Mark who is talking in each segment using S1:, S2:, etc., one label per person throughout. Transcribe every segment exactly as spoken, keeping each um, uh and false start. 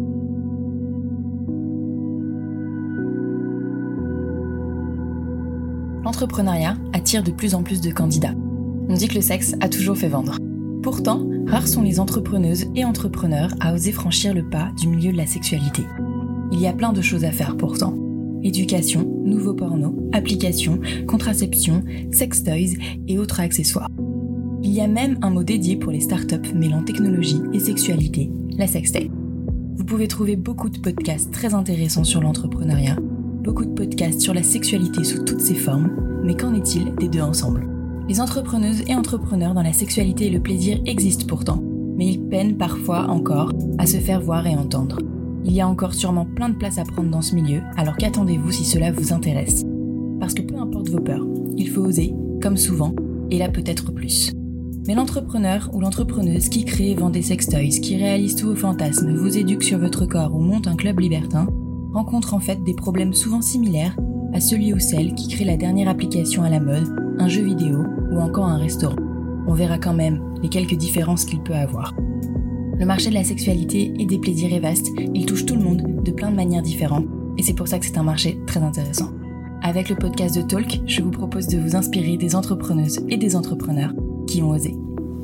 S1: L'entrepreneuriat attire de plus en plus de candidats. On dit que le sexe a toujours fait vendre. Pourtant, rares sont les entrepreneuses et entrepreneurs à oser franchir le pas du milieu de la sexualité. Il y a plein de choses à faire pourtant. Éducation, nouveaux pornos, applications, contraception, sex toys et autres accessoires. Il y a même un mot dédié pour les startups mêlant technologie et sexualité, la sextech. Vous pouvez trouver beaucoup de podcasts très intéressants sur l'entrepreneuriat, beaucoup de podcasts sur la sexualité sous toutes ses formes, mais qu'en est-il des deux ensemble ? Les entrepreneuses et entrepreneurs dans la sexualité et le plaisir existent pourtant, mais ils peinent parfois encore à se faire voir et entendre. Il y a encore sûrement plein de place à prendre dans ce milieu, alors qu'attendez-vous si cela vous intéresse ? Parce que peu importe vos peurs, il faut oser, comme souvent, et là peut-être plus. Mais l'entrepreneur ou l'entrepreneuse qui crée et vend des sextoys, qui réalise tous vos fantasmes, vous éduque sur votre corps ou monte un club libertin, rencontre en fait des problèmes souvent similaires à celui ou celle qui crée la dernière application à la mode, un jeu vidéo ou encore un restaurant. On verra quand même les quelques différences qu'il peut avoir. Le marché de la sexualité et des plaisirs est vaste, il touche tout le monde de plein de manières différentes et c'est pour ça que c'est un marché très intéressant. Avec le podcast de Talk, je vous propose de vous inspirer des entrepreneuses et des entrepreneurs qui ont osé.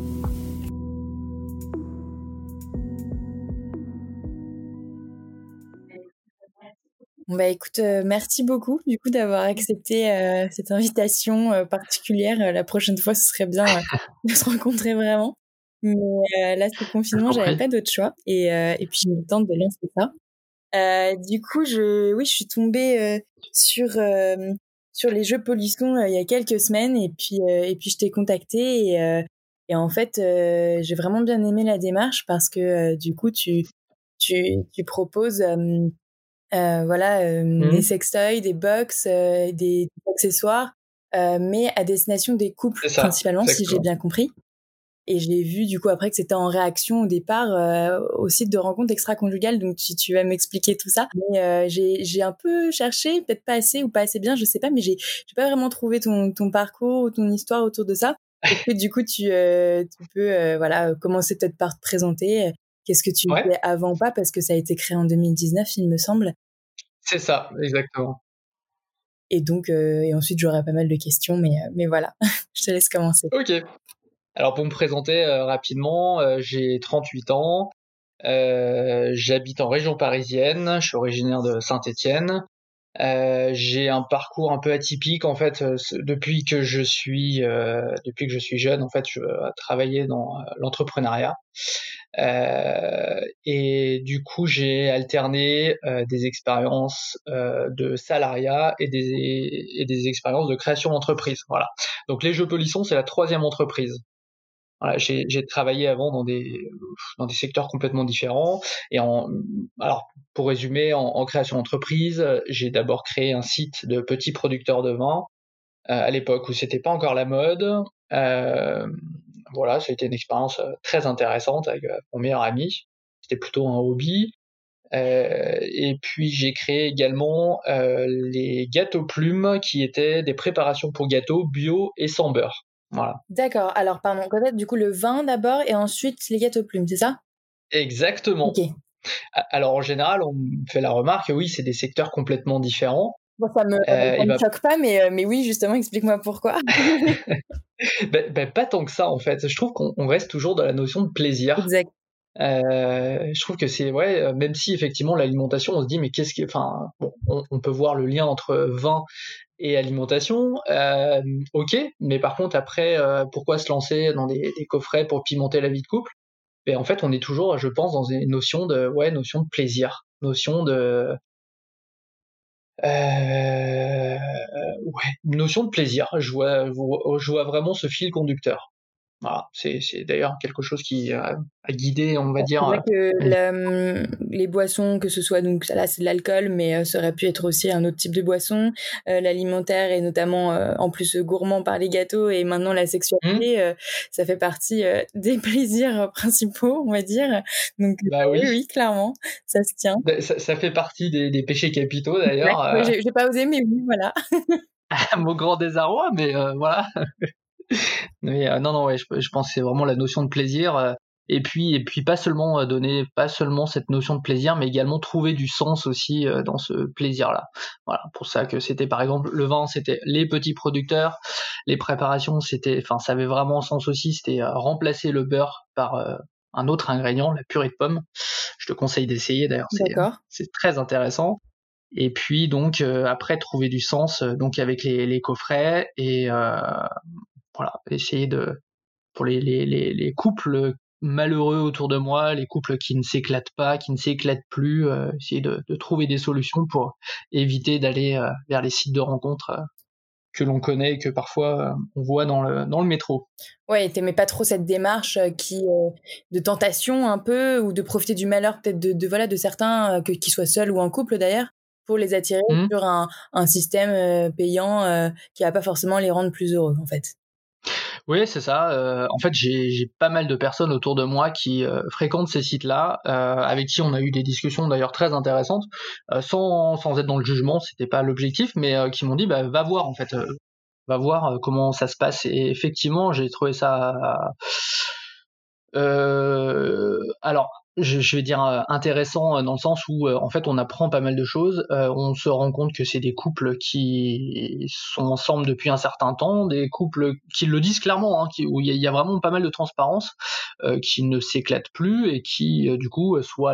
S1: Bon bah écoute, euh, merci beaucoup du coup d'avoir accepté euh, cette invitation euh, particulière. Euh, la prochaine fois, ce serait bien euh, de se rencontrer vraiment. Mais euh, là, ce confinement, j'avais pas d'autre choix. Et, euh, et puis, je me tente de lancer ça. Euh, du coup, je, oui, je suis tombée euh, sur euh, sur les jeux Polisson euh, il y a quelques semaines. Et puis, euh, et puis je t'ai contacté. Et, euh, et en fait, euh, j'ai vraiment bien aimé la démarche parce que euh, du coup, tu, tu, tu proposes... Euh, Euh, voilà, euh, mmh. des sextoys, des box, euh, des, des accessoires, euh, mais à destination des couples ça, principalement, exactement. Si j'ai bien compris. Et j'ai vu du coup après que c'était en réaction au départ euh, au site de rencontres extra-conjugales, donc tu, tu vas m'expliquer tout ça. Mais euh, j'ai, j'ai un peu cherché, peut-être pas assez ou pas assez bien, je sais pas, mais j'ai, j'ai pas vraiment trouvé ton, ton parcours ou ton histoire autour de ça. Et du coup, tu, euh, tu peux euh, voilà, commencer peut-être par te présenter. Qu'est-ce que tu ouais. fais avant ou pas, parce que ça a été créé en deux mille dix-neuf, il me semble.
S2: C'est ça, exactement.
S1: Et donc, euh, et ensuite, j'aurai pas mal de questions, mais, mais voilà, je te laisse commencer.
S2: Ok. Alors, pour me présenter euh, rapidement, euh, j'ai trente-huit ans, euh, j'habite en région parisienne, je suis originaire de Saint-Étienne. Euh, j'ai un parcours un peu atypique en fait. Euh, depuis que je suis euh, depuis que je suis jeune, en fait, je euh, travaillais dans euh, l'entrepreneuriat. Euh, et du coup, j'ai alterné euh, des expériences euh, de salariat et des, et des expériences de création d'entreprise. Voilà. Donc, les Jeux Polisson, c'est la troisième entreprise. Voilà, j'ai, j'ai travaillé avant dans des, dans des secteurs complètement différents. Et en, alors, pour résumer, en, en création d'entreprise, j'ai d'abord créé un site de petits producteurs de vin euh, à l'époque où c'était pas encore la mode. Euh, Voilà, ça a été une expérience très intéressante avec mon meilleur ami. C'était plutôt un hobby. Euh, et puis j'ai créé également euh, les gâteaux plumes, qui étaient des préparations pour gâteaux bio et sans beurre. Voilà.
S1: D'accord. Alors, pardon, peut-être du coup le vin d'abord et ensuite les gâteaux plumes, c'est ça ?
S2: Exactement.
S1: Ok.
S2: Alors en général, on me fait la remarque, oui, c'est des secteurs complètement différents.
S1: Bon, ça me, euh, ça me bah... choque pas, mais, mais oui, justement, explique-moi pourquoi.
S2: ben, ben, pas tant que ça, en fait. Je trouve qu'on on reste toujours dans la notion de plaisir.
S1: Exact.
S2: Euh, je trouve que c'est ouais, même si effectivement l'alimentation, on se dit mais qu'est-ce qui, enfin, bon, on, on peut voir le lien entre vin et alimentation, euh, ok, mais par contre après, euh, pourquoi se lancer dans des, des coffrets pour pimenter la vie de couple ? Ben en fait, on est toujours, je pense, dans une notion de ouais, notion de plaisir, notion de euh, ouais, une notion de plaisir. Je vois, je vois vraiment ce fil conducteur. Voilà, c'est, c'est d'ailleurs quelque chose qui a, a guidé, on va dire.
S1: C'est vrai que la, les boissons, que ce soit, donc là c'est de l'alcool, mais euh, ça aurait pu être aussi un autre type de boisson, euh, l'alimentaire et notamment euh, en plus gourmand par les gâteaux et maintenant la sexualité, mmh. euh, ça fait partie euh, des plaisirs principaux, on va dire. Donc
S2: bah oui.
S1: oui, oui, clairement, ça se tient.
S2: Ça, ça fait partie des, des péchés capitaux d'ailleurs.
S1: Ouais, euh... j'ai, j'ai pas osé, mais oui, voilà.
S2: À mon grand désarroi, mais euh, voilà. Mais euh, non, non, ouais, je, je pense que c'est vraiment la notion de plaisir. Euh, et puis et puis pas seulement donner pas seulement cette notion de plaisir, mais également trouver du sens aussi dans ce plaisir-là. Voilà, pour ça que c'était par exemple le vin, c'était les petits producteurs, les préparations, c'était, enfin, ça avait vraiment un sens aussi, c'était euh, remplacer le beurre par euh, un autre ingrédient, la purée de pommes. Je te conseille d'essayer d'ailleurs, c'est
S1: D'accord.
S2: c'est très intéressant. Et puis donc euh, après trouver du sens euh, donc avec les, les coffrets et euh, voilà, essayer de pour les, les, les, les couples malheureux autour de moi, les couples qui ne s'éclatent pas, qui ne s'éclatent plus, euh, essayer de, de trouver des solutions pour éviter d'aller euh, vers les sites de rencontres euh, que l'on connaît et que parfois euh, on voit dans le, dans le métro.
S1: Ouais, t'aimais pas trop cette démarche qui euh, de tentation un peu, ou de profiter du malheur peut-être de, de voilà de certains, euh, que qu'ils soient seuls ou en couple d'ailleurs, pour les attirer
S2: Mmh.
S1: sur un, un système euh, payant euh, qui va pas forcément les rendre plus heureux en fait.
S2: Oui, c'est ça. Euh, en fait, j'ai, j'ai pas mal de personnes autour de moi qui euh, fréquentent ces sites-là, euh, avec qui on a eu des discussions d'ailleurs très intéressantes, euh, sans, sans être dans le jugement, c'était pas l'objectif, mais euh, qui m'ont dit bah, va voir en fait, euh, va voir euh, comment ça se passe. Et effectivement, j'ai trouvé ça. Euh, alors, je, je vais dire euh, intéressant euh, dans le sens où euh, en fait on apprend pas mal de choses, euh, on se rend compte que c'est des couples qui sont ensemble depuis un certain temps, des couples qui le disent clairement, hein, qui, où il y, y a vraiment pas mal de transparence, euh, qui ne s'éclatent plus et qui euh, du coup soit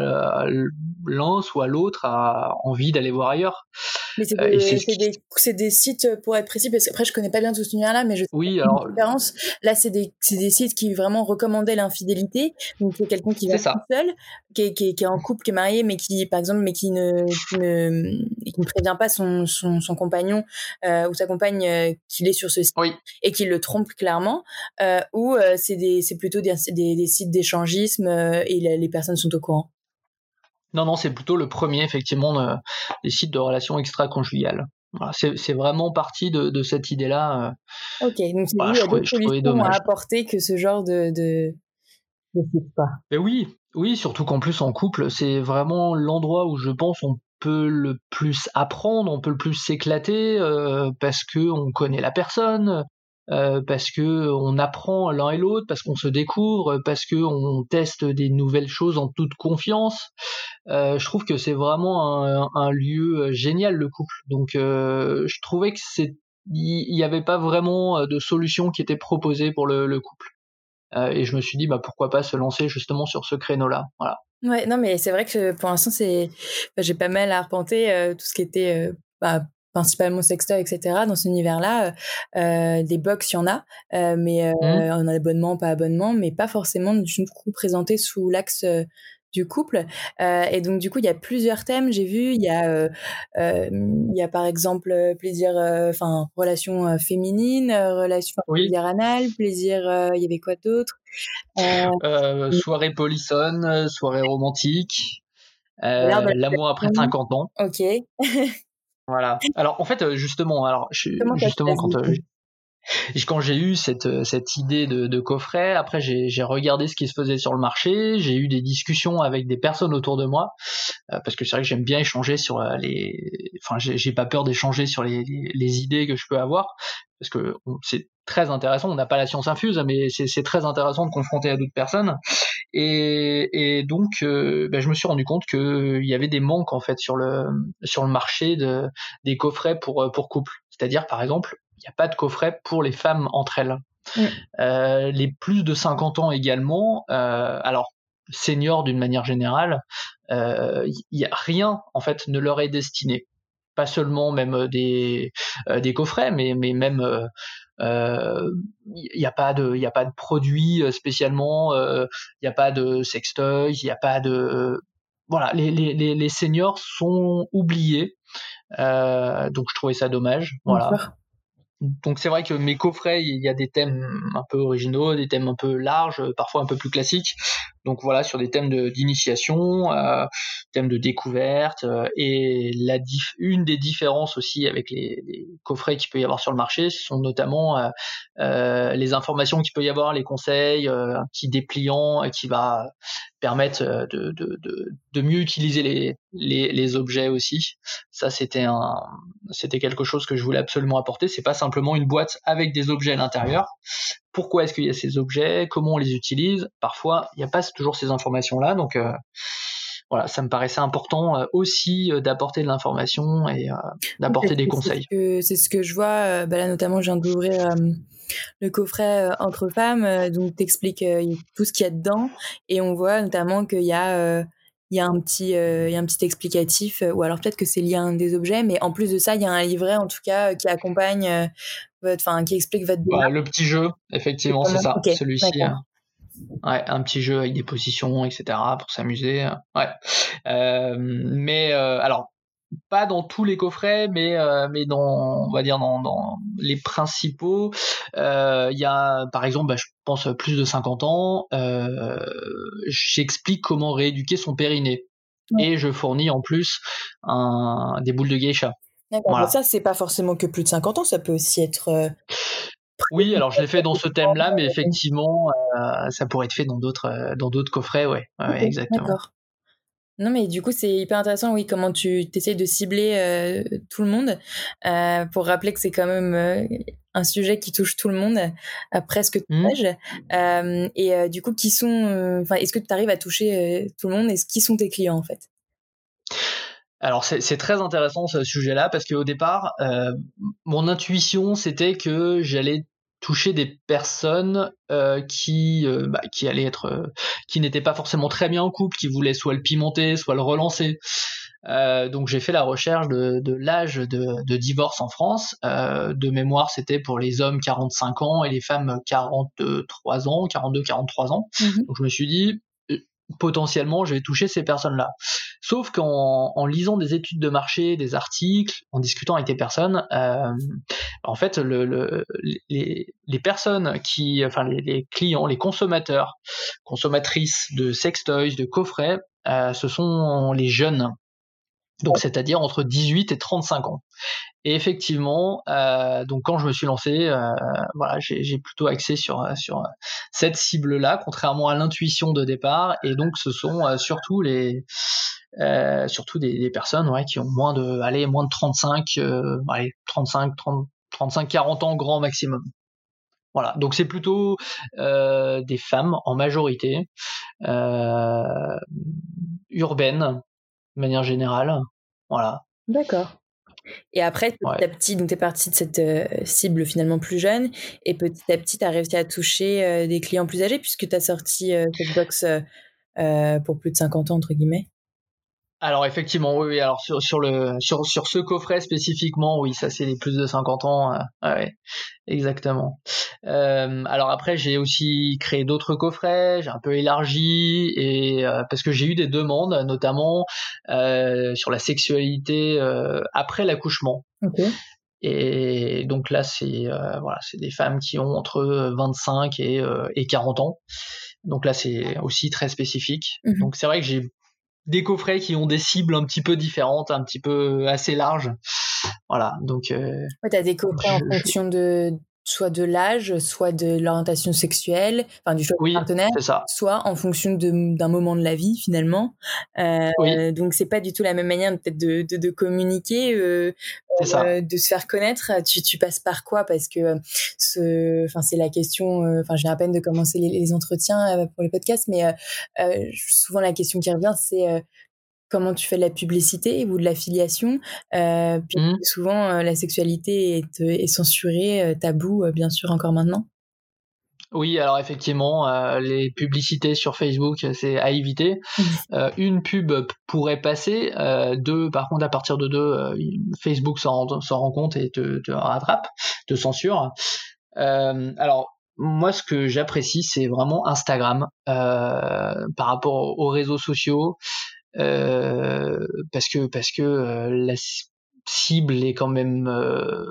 S2: l'un soit l'autre a envie d'aller voir ailleurs.
S1: Mais c'est
S2: Euh, et c'est
S1: des,
S2: ce
S1: c'est
S2: qui...
S1: des, c'est des sites, pour être précis, parce qu'après je connais pas bien tout cet univers-là, mais je sais
S2: Oui,
S1: la
S2: alors
S1: différence. Là, c'est des, c'est des sites qui vraiment recommandaient l'infidélité. Donc c'est quelqu'un qui va
S2: c'est ça.
S1: tout seul, qui est, qui, est, qui est en couple, qui est marié, mais qui, par exemple, mais qui ne, qui ne, qui ne prévient pas son, son, son compagnon euh, ou sa compagne euh, qu'il est sur ce site,
S2: Oui.
S1: et qu'il le trompe clairement. Euh, ou euh, c'est des, c'est plutôt des, des, des sites d'échangisme euh, et les, les personnes sont au courant.
S2: Non, non, c'est plutôt le premier, effectivement, euh, des sites de relations extra-conjugales. Voilà, c'est, c'est vraiment parti de, de cette idée-là. Euh,
S1: Ok, donc c'est
S2: voilà,
S1: lui, il
S2: je
S1: y a
S2: trouvais,
S1: d'autres
S2: je trouvais
S1: solutions à
S2: dommage.
S1: apporter que ce genre de, de, de site, quoi.
S2: Mais oui, oui, surtout qu'en plus en couple, c'est vraiment l'endroit où je pense on peut le plus apprendre, on peut le plus s'éclater, euh, parce que on connaît la personne, euh, parce que on apprend l'un et l'autre, parce qu'on se découvre, parce que on teste des nouvelles choses en toute confiance. Euh, je trouve que c'est vraiment un, un lieu génial, le couple. Donc euh, je trouvais que c'est il n'y avait pas vraiment de solution qui était proposée pour le, le couple. Euh, et je me suis dit bah pourquoi pas se lancer justement sur ce créneau-là. Voilà.
S1: Ouais, non, mais c'est vrai que pour l'instant, c'est, bah, j'ai pas mal arpenté euh, tout ce qui était euh, bah, principalement sextoy, et cetera. Dans cet univers-là, euh, des box, il y en a, euh, mais euh,
S2: Mmh.
S1: on a abonnement, pas abonnement, mais pas forcément du coup présenté sous l'axe euh, du couple. Euh, et donc du coup, il y a plusieurs thèmes. J'ai vu, il y a, euh, euh, il y a par exemple plaisir, enfin euh, relation euh, féminine, euh, relation,
S2: Oui.
S1: plaisir anal, plaisir. Euh, il y avait quoi d'autre? Euh,
S2: Euh, soirée polissonne, soirée romantique,
S1: L'art
S2: euh,
S1: de
S2: l'amour après
S1: la
S2: cinquante ans.
S1: Ok.
S2: Voilà. Alors en fait, justement, alors je,
S1: Comment ça se
S2: justement
S1: passe
S2: quand
S1: du
S2: euh,
S1: coup?
S2: quand j'ai eu cette cette idée de, de coffret, après j'ai j'ai regardé ce qui se faisait sur le marché, j'ai eu des discussions avec des personnes autour de moi, euh, parce que c'est vrai que j'aime bien échanger sur euh, les, enfin j'ai, j'ai pas peur d'échanger sur les, les, les idées que je peux avoir, parce que on, c'est très intéressant. On n'a pas la science infuse, mais c'est, c'est très intéressant de confronter à d'autres personnes. Et, et donc, euh, ben, je me suis rendu compte qu'il y avait des manques en fait sur le sur le marché de, des coffrets pour pour couple. C'est-à-dire, par exemple, il n'y a pas de coffret pour les femmes entre elles.
S1: Mm.
S2: Euh, les plus de cinquante ans également. Euh, alors seniors d'une manière générale, il euh, y a rien en fait ne leur est destiné. Pas seulement même des euh, des coffrets, mais mais même euh, euh, il n'y a pas de il y a pas de produits spécialement, il euh, n'y a pas de sextoys, il n'y a pas de voilà, les les les, les seniors sont oubliés, euh, donc je trouvais ça dommage.
S1: Bien
S2: Voilà.
S1: sûr.
S2: Donc c'est vrai que mes coffrets, il y a des thèmes un peu originaux, des thèmes un peu larges, parfois un peu plus classiques. Donc voilà, sur des thèmes de, d'initiation, euh, thèmes de découverte, euh, et la dif- une des différences aussi avec les, les coffrets qu'il peut y avoir sur le marché, ce sont notamment euh, euh, les informations qu'il peut y avoir, les conseils, euh, un petit dépliant qui va permettent de, de, de, de mieux utiliser les, les, les objets aussi. Ça, c'était, un, c'était quelque chose que je voulais absolument apporter. C'est pas simplement une boîte avec des objets à l'intérieur. Pourquoi est-ce qu'il y a ces objets? Comment on les utilise? Parfois, il n'y a pas toujours ces informations-là. Donc, euh, voilà, ça me paraissait important euh, aussi euh, d'apporter de l'information et euh, d'apporter
S3: c'est,
S2: des
S3: c'est
S2: conseils.
S3: Ce que, c'est ce que je vois. Euh, bah là, notamment, je viens d'ouvrir euh, le coffret euh, Entre femmes, euh, donc t'expliques euh, tout ce qu'il y a dedans, et on voit notamment qu'il y a euh, il y a un petit euh, il y a un petit explicatif, euh, ou alors peut-être que c'est lié à un des objets, mais en plus de ça, il y a un livret en tout cas euh, qui accompagne euh, votre, enfin qui explique votre démarche.
S2: Bah, le petit jeu, effectivement, c'est, c'est ça.
S3: Okay,
S2: celui-ci. Euh, ouais, un petit jeu avec des positions, et cetera, pour s'amuser. Ouais. Euh, mais euh, alors. Pas dans tous les coffrets, mais euh, mais dans, on va dire dans, dans les principaux. Il euh, y a, par exemple, bah, je pense plus de cinquante ans. Euh, j'explique comment rééduquer son périnée, ouais. Et je fournis en plus un, des boules de geisha.
S3: D'accord. Voilà. Ça, c'est pas forcément que plus de cinquante ans, ça peut aussi être. Euh,
S2: oui, alors je l'ai fait dans ce thème-là, mais effectivement, euh, ça pourrait être fait dans d'autres euh, dans d'autres coffrets, ouais, ouais, okay, exactement.
S3: D'accord. Non, mais du coup, c'est hyper intéressant, oui, comment tu essayes de cibler euh, tout le monde, euh, pour rappeler que c'est quand même euh, un sujet qui touche tout le monde, à presque tout mmh. âge. Euh, et euh, du coup, qui sont, enfin, euh, est-ce que tu arrives à toucher euh, tout le monde, et qui sont tes clients, en fait?
S2: Alors c'est, c'est très intéressant ce sujet-là, parce qu'au départ, euh, mon intuition, c'était que j'allais toucher des personnes euh, qui euh, bah, qui allaient être euh, qui n'étaient pas forcément très bien en couple, qui voulaient soit le pimenter, soit le relancer. Euh, donc j'ai fait la recherche de, de l'âge de, de divorce en France. Euh, de mémoire, c'était pour les hommes quarante-cinq ans et les femmes quarante-trois ans, quarante-deux, quarante-trois ans. Mm-hmm. Donc je me suis dit, potentiellement, je vais toucher ces personnes-là. Sauf qu'en en lisant des études de marché, des articles, en discutant avec des personnes, euh, en fait, le, le, les, les personnes qui, enfin les, les clients, les consommateurs, consommatrices de sextoys, de coffrets, euh, ce sont les jeunes. Donc, c'est-à-dire entre dix-huit et trente-cinq ans. Et effectivement, euh, donc quand je me suis lancé, euh, voilà, j'ai, j'ai plutôt axé sur sur cette cible-là, contrairement à l'intuition de départ. Et donc, ce sont euh, surtout les euh, surtout des, des personnes, ouais, qui ont moins de, allez, moins de trente-cinq, euh, allez, trente-cinq, trente, trente-cinq, quarante ans grand maximum. Voilà, donc c'est plutôt euh, des femmes en majorité, euh, urbaines de manière générale. Voilà.
S3: D'accord. Et après, petit ouais. à petit, donc tu es parti de cette euh, cible finalement plus jeune, et petit à petit, tu as réussi à toucher euh, des clients plus âgés, puisque tu as sorti euh, cette box euh, euh, pour plus de cinquante ans, entre guillemets.
S2: Alors effectivement, oui, oui. Alors sur sur le sur sur ce coffret spécifiquement, oui, ça c'est les plus de cinquante ans. Euh, ouais, exactement. Euh, alors après, j'ai aussi créé d'autres coffrets, j'ai un peu élargi, et euh, parce que j'ai eu des demandes, notamment euh, sur la sexualité euh, après l'accouchement.
S3: Okay.
S2: Et donc là, c'est euh, voilà, c'est des femmes qui ont entre vingt-cinq et euh, et quarante ans. Donc là, c'est aussi très spécifique. Mm-hmm. Donc c'est vrai que j'ai des coffrets qui ont des cibles un petit peu différentes, un petit peu assez larges. Voilà, donc... Euh,
S3: ouais, t'as des coffrets je, en fonction de soit de l'âge, soit de l'orientation sexuelle, enfin du choix
S2: oui,
S3: du partenaire,
S2: c'est ça.
S3: soit en fonction de, d'un moment de la vie finalement. Euh, oui. Donc c'est pas du tout la même manière peut-être de, de, de communiquer, euh,
S2: c'est ça.
S3: Euh, de se faire connaître. Tu, tu passes par quoi? Parce que ce, enfin c'est la question. Enfin, euh, je viens à peine de commencer les, les entretiens euh, pour les podcasts, mais euh, euh, souvent la question qui revient, c'est euh, comment tu fais de la publicité ou de l'affiliation. Euh, puis mmh. souvent, euh, la sexualité est, est censurée, euh, tabou, euh, bien sûr, encore maintenant.
S2: Oui, alors effectivement, euh, les publicités sur Facebook, c'est à éviter. Mmh. Euh, une pub pourrait passer, euh, deux, par contre, à partir de deux, euh, Facebook s'en, s'en rend compte et te, te rattrape, te censure. Euh, alors, moi, ce que j'apprécie, c'est vraiment Instagram euh, par rapport aux réseaux sociaux. Euh, parce que parce que euh, la cible est quand même euh,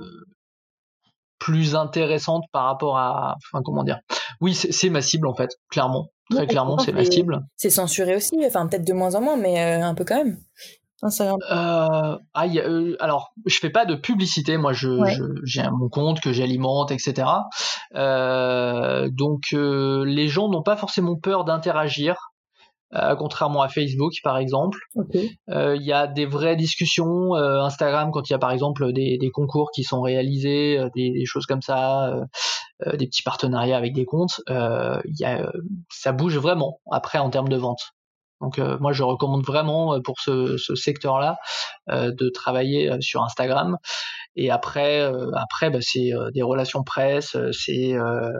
S2: plus intéressante par rapport à, enfin comment dire, oui c'est, c'est ma cible en fait, clairement, très oui, clairement c'est, c'est ma cible.
S3: C'est censuré aussi, enfin peut-être de moins en moins, mais euh, un peu quand même.
S2: Euh, ah, y a, euh, alors je fais pas de publicité, moi je, ouais. je j'ai mon compte que j'alimente, et cetera. Euh, donc euh, les gens n'ont pas forcément peur d'interagir. euh, contrairement à Facebook par exemple.
S3: Okay.
S2: Euh, il y a des vraies discussions euh, Instagram quand il y a par exemple des, des concours qui sont réalisés, euh, des, des choses comme ça, euh, euh, des petits partenariats avec des comptes. Euh, y a, ça bouge vraiment après en termes de vente. Donc euh, moi je recommande vraiment pour ce, ce secteur-là euh, de travailler euh, sur Instagram. Et après, euh, après bah, c'est euh, des relations presse, c'est euh,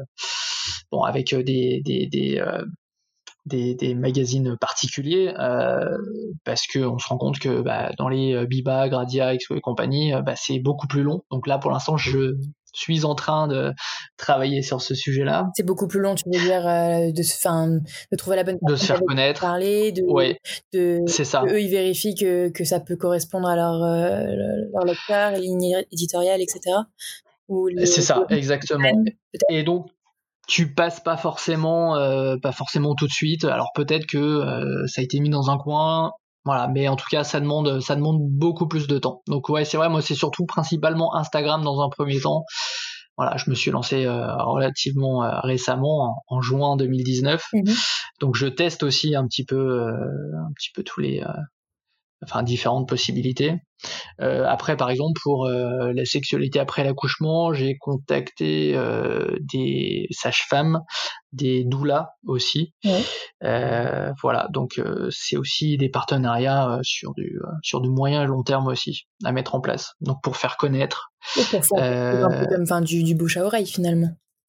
S2: bon avec des des des, euh, des, des magazines particuliers euh, parce que on se rend compte que bah, dans les Biba, Gradia, Expo et compagnie, bah, c'est beaucoup plus long. Donc là pour l'instant je suis en train de travailler sur ce sujet-là.
S3: C'est beaucoup plus long, tu veux dire, euh, de, fin, de trouver la bonne personne
S2: de se faire connaître,
S3: parler, de,
S2: ouais,
S3: de,
S2: c'est ça.
S3: De eux ils vérifient que, que ça peut correspondre à leur, euh, leur lecteur, ligne éditoriale, et cetera. Ou les,
S2: c'est ça,
S3: les
S2: exactement. Et donc tu passes pas forcément, euh, pas forcément tout de suite. Alors peut-être que euh, ça a été mis dans un coin. Voilà, mais en tout cas, ça demande, ça demande beaucoup plus de temps. Donc ouais, c'est vrai, moi c'est surtout principalement Instagram dans un premier temps. Voilà, je me suis lancé euh, relativement euh, récemment, en, en juin deux mille dix-neuf.
S3: Mm-hmm.
S2: Donc je teste aussi un petit peu, euh, un petit peu tous les, euh, enfin différentes possibilités. Euh, après, par exemple, pour euh, la sexualité après l'accouchement, j'ai contacté euh, des sages-femmes, des doulas aussi.
S3: Ouais.
S2: Euh, voilà, donc euh, c'est aussi des partenariats euh, sur du euh, sur du moyen et long terme aussi à mettre en place. Donc pour faire connaître.
S3: Et pour faire euh, un peu comme enfin, du, du bouche à oreille finalement.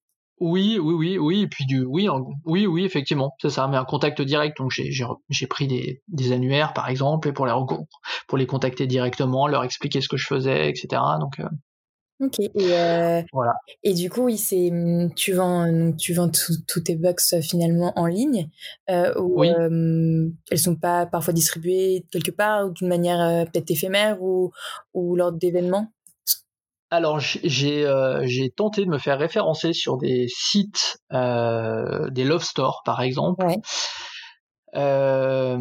S2: Oui, oui, oui, oui, et puis du, oui, oui, oui, effectivement, c'est ça, mais un contact direct. Donc j'ai, j'ai, j'ai pris des, des annuaires par exemple, et pour les pour les contacter directement, leur expliquer ce que je faisais, et cetera. Donc euh,
S3: ok. Et euh,
S2: voilà.
S3: Et du coup, oui, c'est tu vends tu vends tous tes box finalement en ligne, euh, ou
S2: oui.
S3: euh, elles sont pas parfois distribuées quelque part ou d'une manière euh, peut-être éphémère ou ou lors d'événements.
S2: Alors j'ai euh, j'ai tenté de me faire référencer sur des sites, euh, des love stores par exemple.
S3: Ouais.
S2: Euh,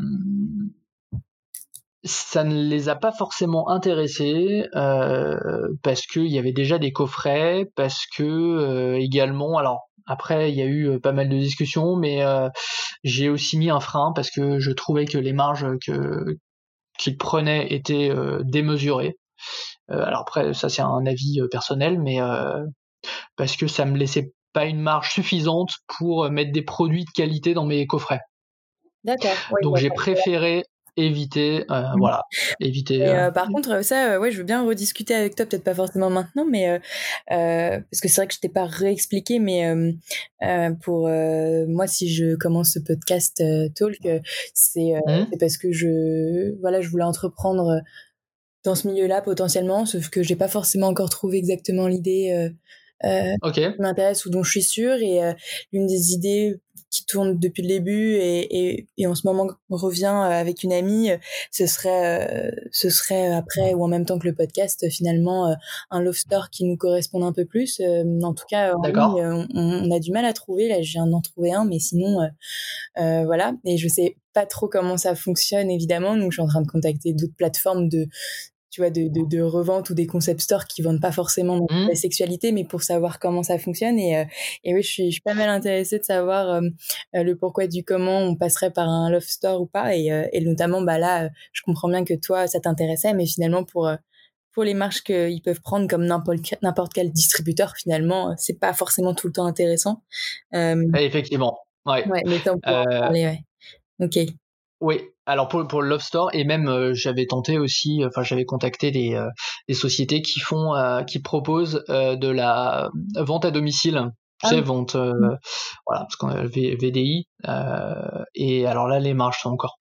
S2: ça ne les a pas forcément intéressés euh, parce qu'il y avait déjà des coffrets, parce que euh, également, alors après il y a eu pas mal de discussions, mais euh, j'ai aussi mis un frein parce que je trouvais que les marges que qu'ils prenaient étaient euh, démesurées. Euh, alors après, ça c'est un avis euh, personnel, mais euh, parce que ça me laissait pas une marge suffisante pour mettre des produits de qualité dans mes coffrets.
S3: D'accord. Ouais,
S2: donc j'ai préféré éviter, euh, mmh. voilà, éviter.
S3: Et
S2: euh,
S3: euh, par contre, ça, euh, ouais, je veux bien rediscuter avec toi, peut-être pas forcément maintenant, mais euh, euh, parce que c'est vrai que je t'ai pas réexpliqué, mais euh, euh, pour euh, moi, si je commence ce podcast euh, Talk, c'est, euh, mmh. c'est parce que je, voilà, je voulais entreprendre dans ce milieu-là potentiellement, sauf que j'ai pas forcément encore trouvé exactement l'idée euh, euh,
S2: okay.
S3: qui m'intéresse ou dont je suis sûre. Et euh, l'une des idées qui tourne depuis le début et, et, et en ce moment revient avec une amie, ce serait, euh, ce serait après ou en même temps que le podcast, finalement, euh, un love store qui nous corresponde un peu plus. Euh, en tout cas, en ligne, on, on a du mal à trouver. Là, je viens d'en trouver un, mais sinon, euh, euh, voilà. Et je sais pas trop comment ça fonctionne, évidemment. Donc, je suis en train de contacter d'autres plateformes de tu vois, de, de, de revente ou des concept stores qui vendent pas forcément mmh. la sexualité, mais pour savoir comment ça fonctionne. Et, euh, et oui, je suis, je suis pas mal intéressée de savoir euh, le pourquoi du comment on passerait par un love store ou pas. Et, euh, et notamment, bah là, je comprends bien que toi, ça t'intéressait, mais finalement, pour, euh, pour les marges qu'ils peuvent prendre comme n'importe, n'importe quel distributeur, finalement, c'est pas forcément tout le temps intéressant.
S2: Euh... Effectivement, ouais.
S3: Ouais, mais ça, on peut en parler, ouais. Ok.
S2: Oui, alors pour, pour le Love Store, et même euh, j'avais tenté aussi, enfin j'avais contacté des, euh, des sociétés qui font, euh, qui proposent euh, de la vente à domicile, tu ah sais, oui. vente, euh, mmh. voilà, parce qu'on a le v, VDI, euh, et alors là les marges sont encore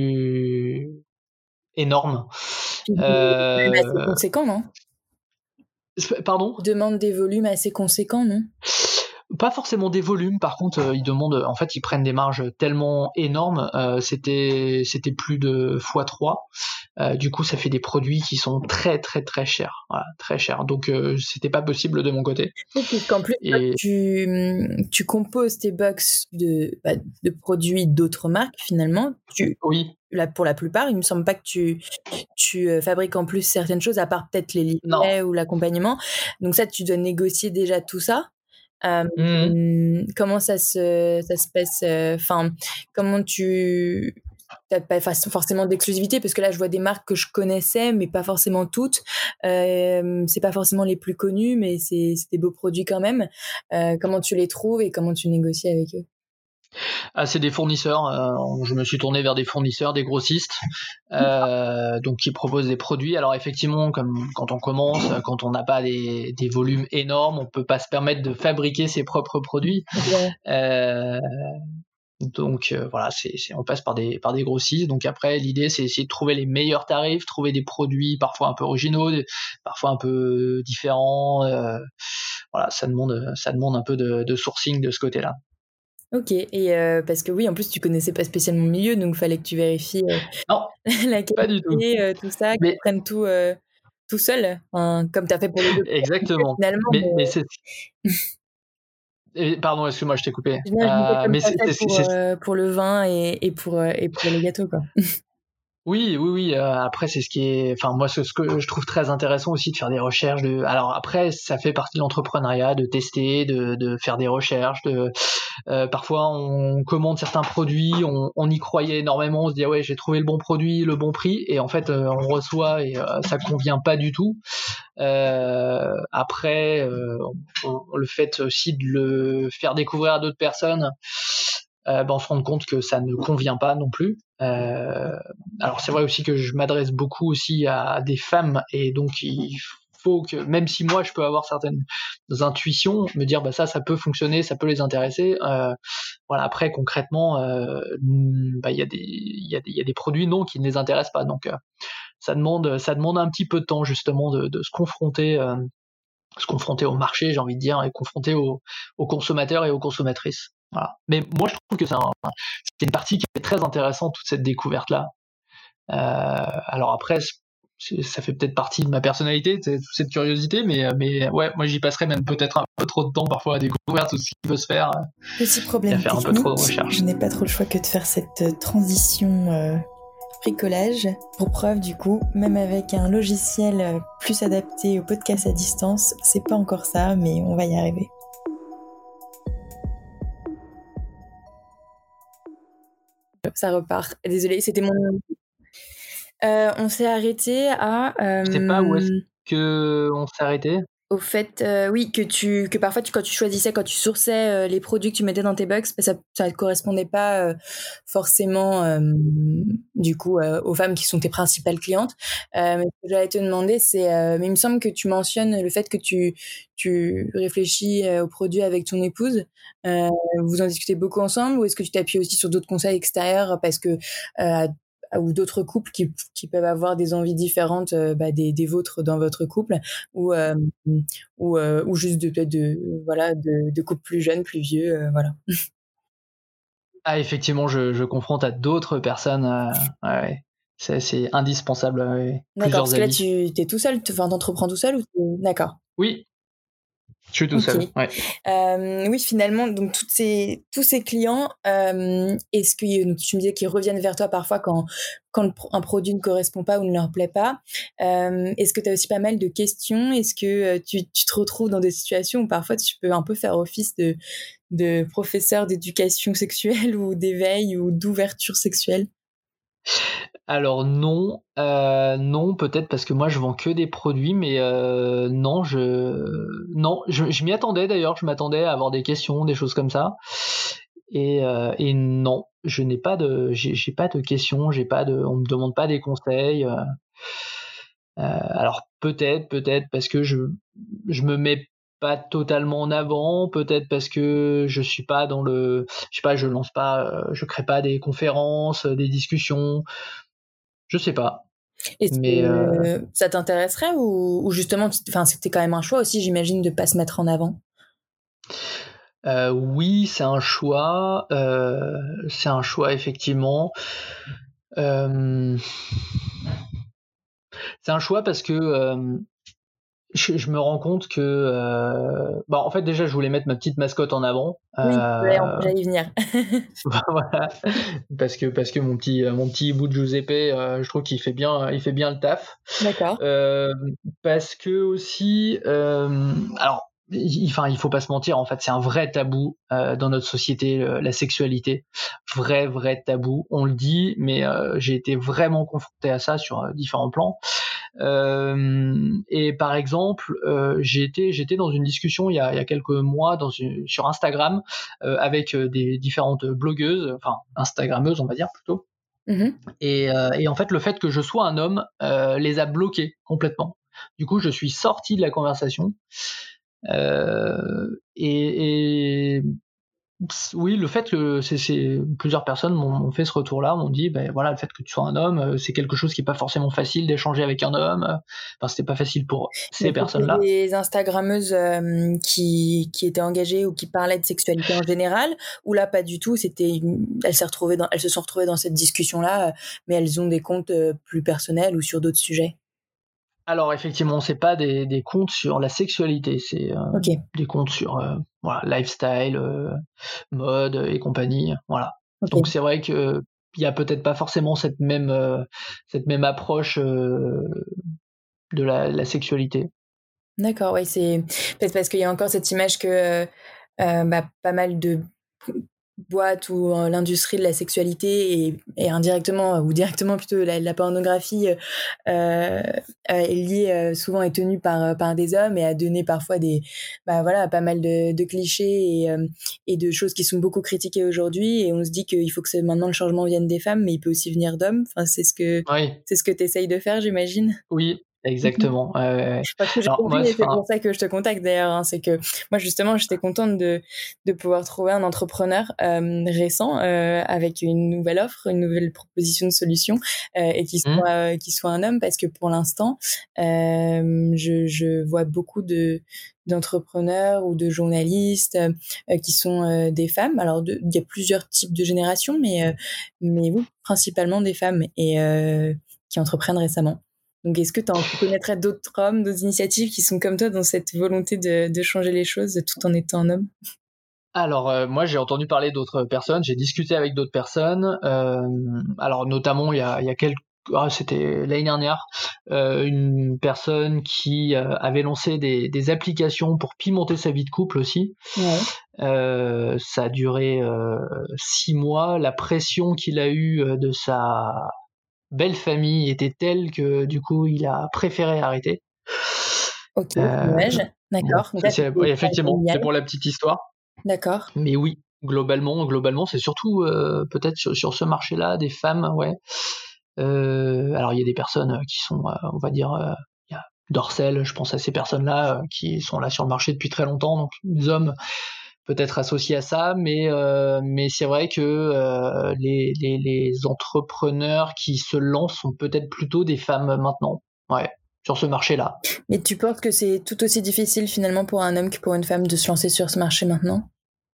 S2: plus énormes.
S3: Des euh, volumes assez conséquents, non ?
S2: Pardon ?
S3: Demande des volumes assez conséquents, non ?
S2: Pas forcément des volumes, par contre, euh, ils demandent, en fait, ils prennent des marges tellement énormes, euh, c'était, c'était plus de fois trois. Euh, du coup, ça fait des produits qui sont très, très, très chers, voilà, très chers. Donc, euh, c'était pas possible de mon côté.
S3: Puisqu'en plus, et... tu, tu composes tes box de, bah, de produits d'autres marques, finalement. Tu,
S2: oui.
S3: Là, pour la plupart, il me semble pas que tu, tu euh, fabriques en plus certaines choses, à part peut-être les livrets ou l'accompagnement. Donc ça, tu dois négocier déjà tout ça. Euh,
S2: Mmh.
S3: Comment ça se, ça se passe? Enfin, comment tu t'as pas forcément d'exclusivité, parce que là je vois des marques que je connaissais mais pas forcément toutes. Euh, c'est pas forcément les plus connues, mais c'est, c'est des beaux produits quand même. Euh, comment tu les trouves et comment tu négocies avec eux?
S2: Ah, c'est des fournisseurs. Euh, je me suis tourné vers des fournisseurs, des grossistes, euh, donc qui proposent des produits. Alors effectivement, comme quand on commence, quand on n'a pas des, des volumes énormes, on peut pas se permettre de fabriquer ses propres produits.
S3: Ouais.
S2: Euh, donc euh, voilà, c'est, c'est, on passe par des par des grossistes. Donc après, l'idée c'est essayer de trouver les meilleurs tarifs, trouver des produits parfois un peu originaux, des, parfois un peu différents. Euh, voilà, ça demande ça demande un peu de, de sourcing de ce côté-là.
S3: Ok, et euh, parce que oui, en plus tu connaissais pas spécialement le milieu, donc fallait que tu vérifies euh,
S2: Non,
S3: la
S2: pas du tout.
S3: qualité, euh, tout ça, que tu
S2: Mais
S3: prennes tout euh, tout seul, enfin, comme tu as fait pour les autres produits,
S2: exactement.
S3: finalement.
S2: Mais, mais
S3: Mais...
S2: c'est. Et, pardon, excuse-moi, je t'ai coupé.
S3: Non, je disais
S2: Euh,
S3: comme
S2: mais
S3: tu as
S2: c'est,
S3: fait
S2: c'est,
S3: pour,
S2: c'est,
S3: euh, pour le vin et, et, pour, euh, et pour les gâteaux, quoi.
S2: Oui, oui, oui. Euh, après, c'est ce qui est. Enfin, moi, c'est ce que je trouve très intéressant aussi de faire des recherches. De. Alors après, ça fait partie de l'entrepreneuriat, de tester, de, de faire des recherches. De. Euh, parfois, on commande certains produits, on, on y croyait énormément, on se dit ah ouais, j'ai trouvé le bon produit, le bon prix, et en fait, euh, on reçoit et euh, ça convient pas du tout. Euh, après, euh, on, on, le fait aussi de le faire découvrir à d'autres personnes. Euh, ben on se rend compte que ça ne convient pas non plus. Euh, alors c'est vrai aussi que je m'adresse beaucoup aussi à des femmes, et donc il faut que, même si moi je peux avoir certaines intuitions, me dire bah ça ça peut fonctionner, ça peut les intéresser. Euh, voilà, après concrètement, euh, bah il y a des il y a des il y a des produits non qui ne les intéressent pas, donc euh, ça demande ça demande un petit peu de temps justement de, de se confronter euh, se confronter au marché, j'ai envie de dire, et confronter aux, aux consommateurs et aux consommatrices. Voilà. Mais moi, je trouve que c'est, un, c'est une partie qui est très intéressante, toute cette découverte-là. Euh, alors après, c'est, ça fait peut-être partie de ma personnalité, toute cette curiosité, mais, mais ouais, moi j'y passerais même peut-être un peu trop de temps parfois à découvrir tout ce qui peut se faire.
S3: Petit problème
S2: et à faire
S3: technique,
S2: un peu trop de recherche.
S3: Je n'ai pas trop le choix que de faire cette transition euh, bricolage. Pour preuve, du coup, même avec un logiciel plus adapté au podcast à distance, c'est pas encore ça, mais on va y arriver. Ça repart. Désolée, c'était mon... Euh, on s'est arrêté à... Euh...
S2: Je sais pas où est-ce qu'on s'est arrêté.
S3: Au fait, euh, oui, que tu, que parfois tu, quand tu choisissais, quand tu sourçais euh, les produits que tu mettais dans tes box, ça, ça correspondait pas euh, forcément, euh, du coup, euh, aux femmes qui sont tes principales clientes. Euh, mais ce que j'allais te demander, c'est, euh, mais il me semble que tu mentionnes le fait que tu, tu réfléchis euh, aux produits avec ton épouse. Euh, vous en discutez beaucoup ensemble, ou est-ce que tu t'appuies aussi sur d'autres conseils extérieurs parce que euh, ou d'autres couples qui, qui peuvent avoir des envies différentes euh, bah, des, des vôtres dans votre couple, ou euh, ou, euh, ou juste de peut-être de voilà de, de couples plus jeunes, plus vieux, euh, voilà.
S2: Ah, effectivement, je, je confronte à d'autres personnes. Euh, ouais, c'est, c'est indispensable. Ouais,
S3: D'accord, parce que là
S2: avis.
S3: tu t'es tout seul, enfin t'entreprends tout seul ou d'accord.
S2: Oui, je suis tout
S3: okay.
S2: seul. Ouais.
S3: Euh, oui, finalement, donc toutes ces, tous ces clients, euh, est-ce que tu me disais qu'ils reviennent vers toi parfois quand, quand un produit ne correspond pas ou ne leur plaît pas. Euh, est-ce que tu as aussi pas mal de questions? Est-ce que tu, tu te retrouves dans des situations où parfois tu peux un peu faire office de, de professeur d'éducation sexuelle ou d'éveil ou d'ouverture sexuelle?
S2: Alors non, euh, non, peut-être parce que moi je vends que des produits, mais euh, non, je, non, je, je m'y attendais d'ailleurs, je m'attendais à avoir des questions, des choses comme ça, et, euh, et non, je n'ai pas de, j'ai, j'ai pas de questions, j'ai pas de, on me demande pas des conseils. Euh, euh, alors peut-être, peut-être parce que je, je me mets pas totalement en avant, peut-être parce que je suis pas dans le, je sais pas, je lance pas, euh, je crée pas des conférences, des discussions. Je sais pas.
S3: Est-ce
S2: mais
S3: que
S2: euh...
S3: ça t'intéresserait ou, ou justement, enfin, c'était quand même un choix aussi, j'imagine, de pas se mettre en avant?
S2: Euh, oui, c'est un choix. Euh, c'est un choix, effectivement. Euh... C'est un choix parce que euh, je, je me rends compte que... Euh... Bah, en fait, déjà, je voulais mettre ma petite mascotte en avant.
S3: Oui,
S2: Euh...
S3: j'allais y venir.
S2: Voilà, parce que parce que mon petit mon petit bout de Giuseppe, euh, je trouve qu'il fait bien il fait bien le taf.
S3: D'accord.
S2: Euh, parce que aussi, euh, alors il, enfin, il faut pas se mentir, en fait, c'est un vrai tabou euh, dans notre société, euh, la sexualité, vrai, vrai tabou. On le dit, mais euh, j'ai été vraiment confronté à ça sur euh, différents plans. Euh, et par exemple, euh, j'ai été, j'étais dans une discussion il y a, il y a quelques mois dans une, sur Instagram euh, avec des différentes blogueuses, enfin Instagrammeuses, on va dire plutôt.
S3: Mmh.
S2: Et, euh, et en fait, le fait que je sois un homme euh, les a bloqués complètement. Du coup, je suis sorti de la conversation. Euh, et, et oui, le fait que c'est, c'est plusieurs personnes m'ont, m'ont fait ce retour-là, m'ont dit, ben voilà, le fait que tu sois un homme, c'est quelque chose qui est pas forcément facile d'échanger avec un homme. Enfin, c'était pas facile pour ces
S3: Mais c'était
S2: personnes-là.
S3: des Instagrammeuses euh, qui, qui étaient engagées ou qui parlaient de sexualité en général, ou là pas du tout, c'était, elles, s'est retrouvées dans, elles se sont retrouvées dans cette discussion-là, mais elles ont des comptes plus personnels ou sur d'autres sujets.
S2: Alors effectivement, c'est pas des, des comptes sur la sexualité, c'est euh,
S3: okay.
S2: des comptes sur euh, voilà, lifestyle, euh, mode et compagnie, voilà. Okay. Donc c'est vrai que il y a peut-être pas forcément cette même euh, cette même approche euh, de la, la sexualité.
S3: D'accord, oui, c'est peut-être parce qu'il y a encore cette image que euh, euh, bah, pas mal de boîtes ou euh, l'industrie de la sexualité et, et indirectement ou directement plutôt la, la pornographie euh, euh, est liée euh, souvent est tenue par par des hommes et a donné parfois des bah voilà pas mal de, de clichés et euh, et de choses qui sont beaucoup critiquées aujourd'hui et on se dit qu'il faut que c'est, maintenant le changement vienne des femmes mais il peut aussi venir d'hommes. Enfin c'est ce que
S2: oui.
S3: c'est ce que tu essayes de faire, j'imagine.
S2: Oui. Exactement. Ouais, ouais.
S3: Parce que j'ai
S2: Alors,
S3: compris,
S2: moi,
S3: et c'est pour ça que je te contacte d'ailleurs. Hein, c'est que moi justement, j'étais contente de de pouvoir trouver un entrepreneur euh, récent euh, avec une nouvelle offre, une nouvelle proposition de solution euh, et qui soit mmh. euh, qui soit un homme parce que pour l'instant, euh, je je vois beaucoup de d'entrepreneurs ou de journalistes euh, qui sont euh, des femmes. Alors il y a plusieurs types de générations, mais euh, mais oui, principalement des femmes et euh, qui entreprennent récemment. Donc, est-ce que tu connaîtrais d'autres hommes, d'autres initiatives qui sont comme toi dans cette volonté de, de changer les choses tout en étant un homme ?
S2: Alors, euh, moi, j'ai entendu parler d'autres personnes, j'ai discuté avec d'autres personnes. Euh, alors, notamment, il y a, il y a quelques... Ah, c'était l'année dernière, euh, une personne qui euh, avait lancé des, des applications pour pimenter sa vie de couple aussi.
S3: Ouais.
S2: Euh, ça a duré euh, six mois. La pression qu'il a eue de sa belle famille était telle que du coup il a préféré arrêter.
S3: Ok, c'est euh, dommage. D'accord.
S2: Bon, c'est, c'est, effectivement, c'est pour la petite histoire.
S3: D'accord.
S2: Mais oui, globalement, globalement, c'est surtout euh, peut-être sur, sur ce marché-là des femmes, ouais. Euh, alors il y a des personnes qui sont, euh, on va dire, euh, il y a Dorsel, je pense à ces personnes-là euh, qui sont là sur le marché depuis très longtemps, donc les hommes peut-être associés à ça, mais euh, mais c'est vrai que euh, les, les les entrepreneurs qui se lancent sont peut-être plutôt des femmes maintenant, ouais, sur ce marché-là.
S3: Mais tu penses que c'est tout aussi difficile finalement pour un homme que pour une femme de se lancer sur ce marché maintenant ?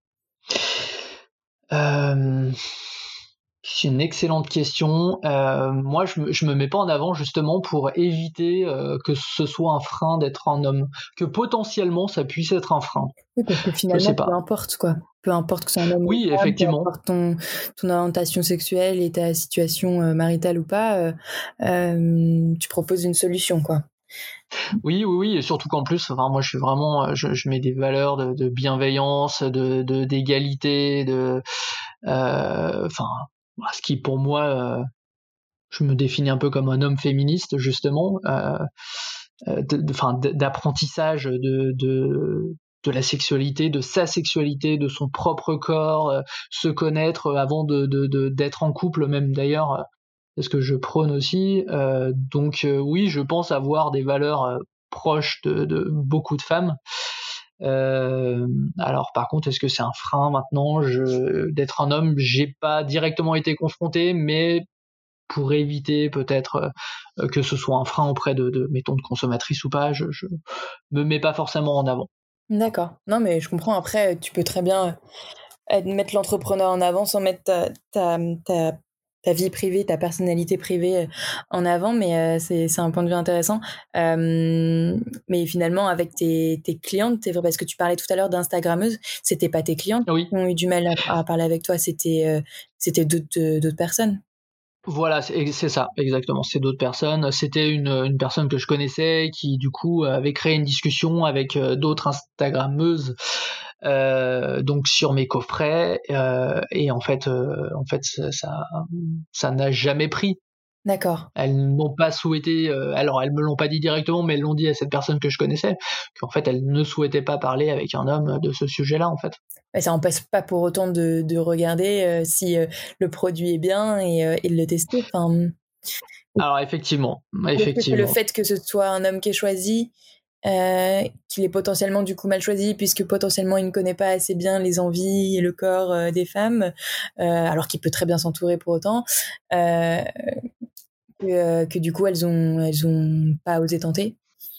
S2: Euh, c'est une excellente question. Euh, moi, je me, je me mets pas en avant justement pour éviter euh, que ce soit un frein d'être un homme, que potentiellement ça puisse être un frein.
S3: Oui, parce que finalement, peu importe quoi. Peu importe que c'est un homme
S2: oui,
S3: ou une femme,
S2: effectivement.
S3: peu importe ton, ton orientation sexuelle et ta situation euh, maritale ou pas, euh, euh, tu proposes une solution, quoi.
S2: Oui, oui, oui, et surtout qu'en plus, enfin, moi, je suis vraiment, je, je mets des valeurs de, de bienveillance, de, de d'égalité, de, euh, enfin, ce qui pour moi, euh, je me définis un peu comme un homme féministe justement, euh, enfin, de, de, d'apprentissage de, de de la sexualité, de sa sexualité, de son propre corps, euh, se connaître avant de, de, de d'être en couple, même d'ailleurs. Euh, c'est ce que je prône aussi. Euh, donc euh, oui, je pense avoir des valeurs euh, proches de, de beaucoup de femmes. Euh, alors par contre, est-ce que c'est un frein maintenant je, d'être un homme ? J'ai pas directement été confronté, mais pour éviter peut-être euh, que ce soit un frein auprès de, de mettons, de consommatrices ou pas, je, je me mets pas forcément en avant.
S3: D'accord. Non, mais je comprends. Après, tu peux très bien mettre l'entrepreneur en avant sans mettre ta, ta, ta, ta vie privée, ta personnalité privée en avant, mais euh, c'est, c'est un point de vue intéressant. Euh, mais finalement, avec tes, tes clientes, c'est vrai, parce que tu parlais tout à l'heure d'Instagrammeuses, c'était pas tes clientes
S2: oui.
S3: qui ont eu du mal à, à parler avec toi, c'était, euh, c'était d'autres, d'autres personnes.
S2: Voilà, c'est, c'est ça, exactement. C'est d'autres personnes. C'était une, une personne que je connaissais qui, du coup, avait créé une discussion avec euh, d'autres Instagrammeuses, euh, donc sur mes coffrets. Euh, et en fait, euh, en fait, ça, ça, ça n'a jamais pris.
S3: D'accord.
S2: Elles n'ont pas souhaité. Euh, alors, elles me l'ont pas dit directement, mais elles l'ont dit à cette personne que je connaissais, qu'en fait, elles ne souhaitaient pas parler avec un homme de ce sujet-là, en fait.
S3: Ça n'empêche pas pour autant de, de regarder euh, si euh, le produit est bien et, euh, et de le tester. Enfin,
S2: alors effectivement,
S3: effectivement.
S2: effectivement.
S3: Le fait que ce soit un homme qui est choisi, euh, qu'il est potentiellement du coup mal choisi, puisque potentiellement il ne connaît pas assez bien les envies et le corps euh, des femmes, euh, alors qu'il peut très bien s'entourer pour autant, euh, que, euh, que du coup elles ont, elles ont pas osé tenter.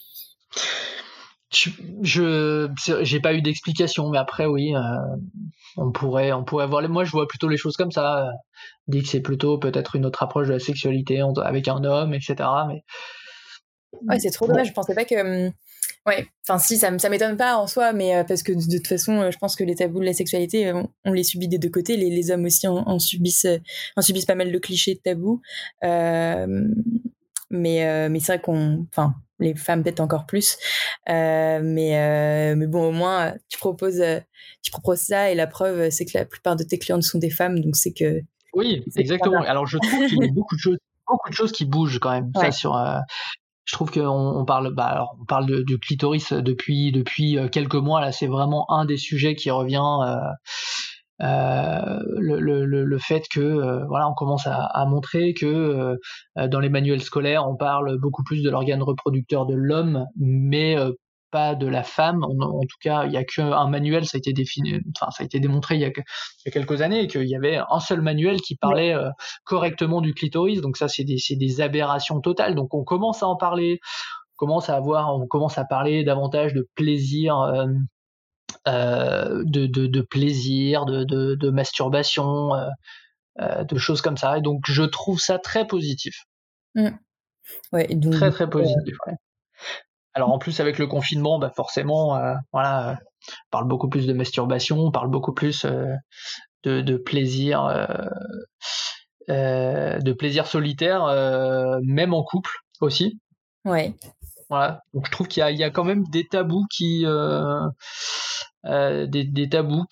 S2: Je, je j'ai pas eu d'explication, mais après oui, euh, on pourrait, on pourrait avoir. Moi, je vois plutôt les choses comme ça. Euh, dit que c'est plutôt peut-être une autre approche de la sexualité avec un homme, et cetera. Mais
S3: ouais, c'est trop bon. Dommage. Je pensais pas que. Ouais, enfin si, ça, ça m'étonne pas en soi, mais euh, parce que de, de toute façon, euh, je pense que les tabous de la sexualité, on, on les subit des deux côtés. Les, les hommes aussi en, en subissent, en subissent pas mal de clichés de tabous. Euh, mais euh, mais c'est vrai qu'on, enfin, les femmes peut-être encore plus. Euh, mais euh, mais bon, au moins, tu proposes, euh, tu proposes ça et la preuve, c'est que la plupart de tes clientes sont des femmes, donc c'est que.
S2: Oui, c'est exactement. Alors je trouve qu'il y a beaucoup de choses, beaucoup de choses qui bougent quand même. Ouais. Ça sur. Euh, je trouve qu'on on parle, bah, alors, on parle de, de clitoris depuis depuis quelques mois là. C'est vraiment un des sujets qui revient. Euh, euh, le, le, le fait que euh, voilà, on commence à, à montrer que euh, dans les manuels scolaires, on parle beaucoup plus de l'organe reproducteur de l'homme, mais euh, pas de la femme. En, en tout cas, il y a qu'un manuel, ça a été défini, enfin ça a été démontré il y a, il y a quelques années, qu'il y avait un seul manuel qui parlait euh, correctement du clitoris. Donc ça, c'est des, c'est des aberrations totales. Donc on commence à en parler, on commence à avoir, on commence à parler davantage de plaisir. Euh, Euh, de, de, de plaisir, de, de, de masturbation, euh, euh, de choses comme ça. Et donc, je trouve ça très positif.
S3: Mmh. Ouais, donc,
S2: très, très positif. Euh... Ouais. Alors, en plus, avec le confinement, bah, forcément, euh, voilà, euh, on parle beaucoup plus de masturbation, on parle beaucoup plus euh, de, de plaisir, euh, euh, de plaisir solitaire, euh, même en couple aussi.
S3: Ouais.
S2: Voilà. Donc, je trouve qu'il y a, il y a quand même des tabous qui. Euh, Euh, des, des tabous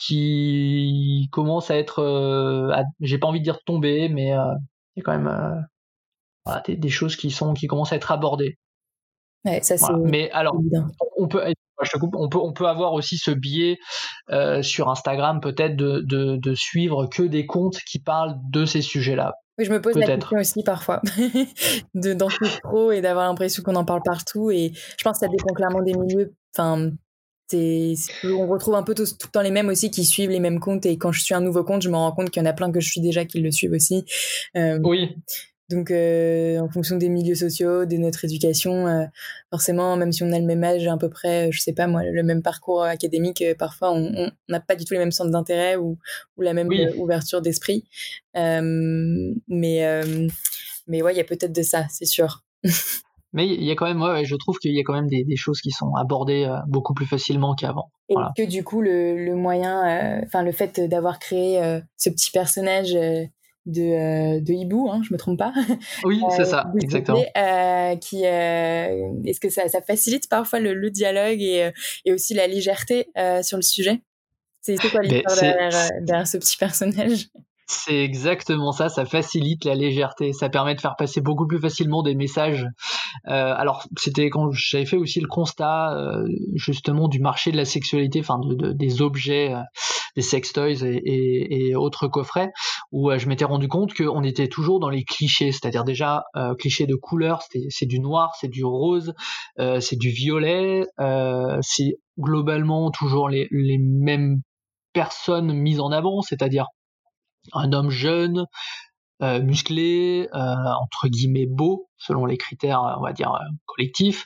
S2: qui commencent à être, euh, à, j'ai pas envie de dire tomber, mais il euh, y a quand même euh, voilà, des, des choses qui sont qui commencent à être abordées.
S3: Ouais, ça c'est.
S2: Voilà. Mais alors, on peut, je te coupe, on peut, on peut avoir aussi ce biais euh, sur Instagram peut-être de, de, de suivre que des comptes qui parlent de ces sujets-là.
S3: Oui, je me pose peut-être la question aussi parfois de d'en faire trop et d'avoir l'impression qu'on en parle partout. Et je pense que ça dépend clairement des milieux. Enfin. C'est, on retrouve un peu tous, tout le temps les mêmes aussi qui suivent les mêmes comptes, et quand je suis un nouveau compte, je me rends compte qu'il y en a plein que je suis déjà qui le suivent aussi. Euh,
S2: oui.
S3: Donc, euh, en fonction des milieux sociaux, de notre éducation, euh, forcément, même si on a le même âge à peu près, je sais pas moi, le même parcours académique, euh, parfois on n'a pas du tout les mêmes centres d'intérêt ou, ou la même oui. euh, ouverture d'esprit. Euh, mais, euh, mais ouais, il y a peut-être de ça, c'est sûr.
S2: Mais il y a quand même, ouais, je trouve qu'il y a quand même des, des choses qui sont abordées euh, beaucoup plus facilement qu'avant.
S3: Et voilà. Que du coup, le, le moyen, enfin, euh, le fait d'avoir créé euh, ce petit personnage euh, de, euh, de hibou, hein, je me trompe pas.
S2: Oui, c'est ça,
S3: euh,
S2: exactement.
S3: Euh, qui, euh, est-ce que ça, ça facilite parfois le, le dialogue et, et aussi la légèreté euh, sur le sujet? C'est, c'est quoi l'histoire derrière, derrière ce petit personnage?
S2: C'est exactement ça, ça facilite la légèreté, ça permet de faire passer beaucoup plus facilement des messages. Euh, alors, c'était quand j'avais fait aussi le constat euh, justement du marché de la sexualité, enfin de, de, des objets, euh, des sextoys et, et, et autres coffrets, où euh, je m'étais rendu compte qu'on était toujours dans les clichés, c'est-à-dire déjà euh, clichés de couleur, c'est, c'est du noir, c'est du rose, euh, c'est du violet, euh, c'est globalement toujours les, les mêmes personnes mises en avant, c'est-à-dire un homme jeune, euh, musclé, euh, entre guillemets beau, selon les critères, on va dire, euh, collectifs,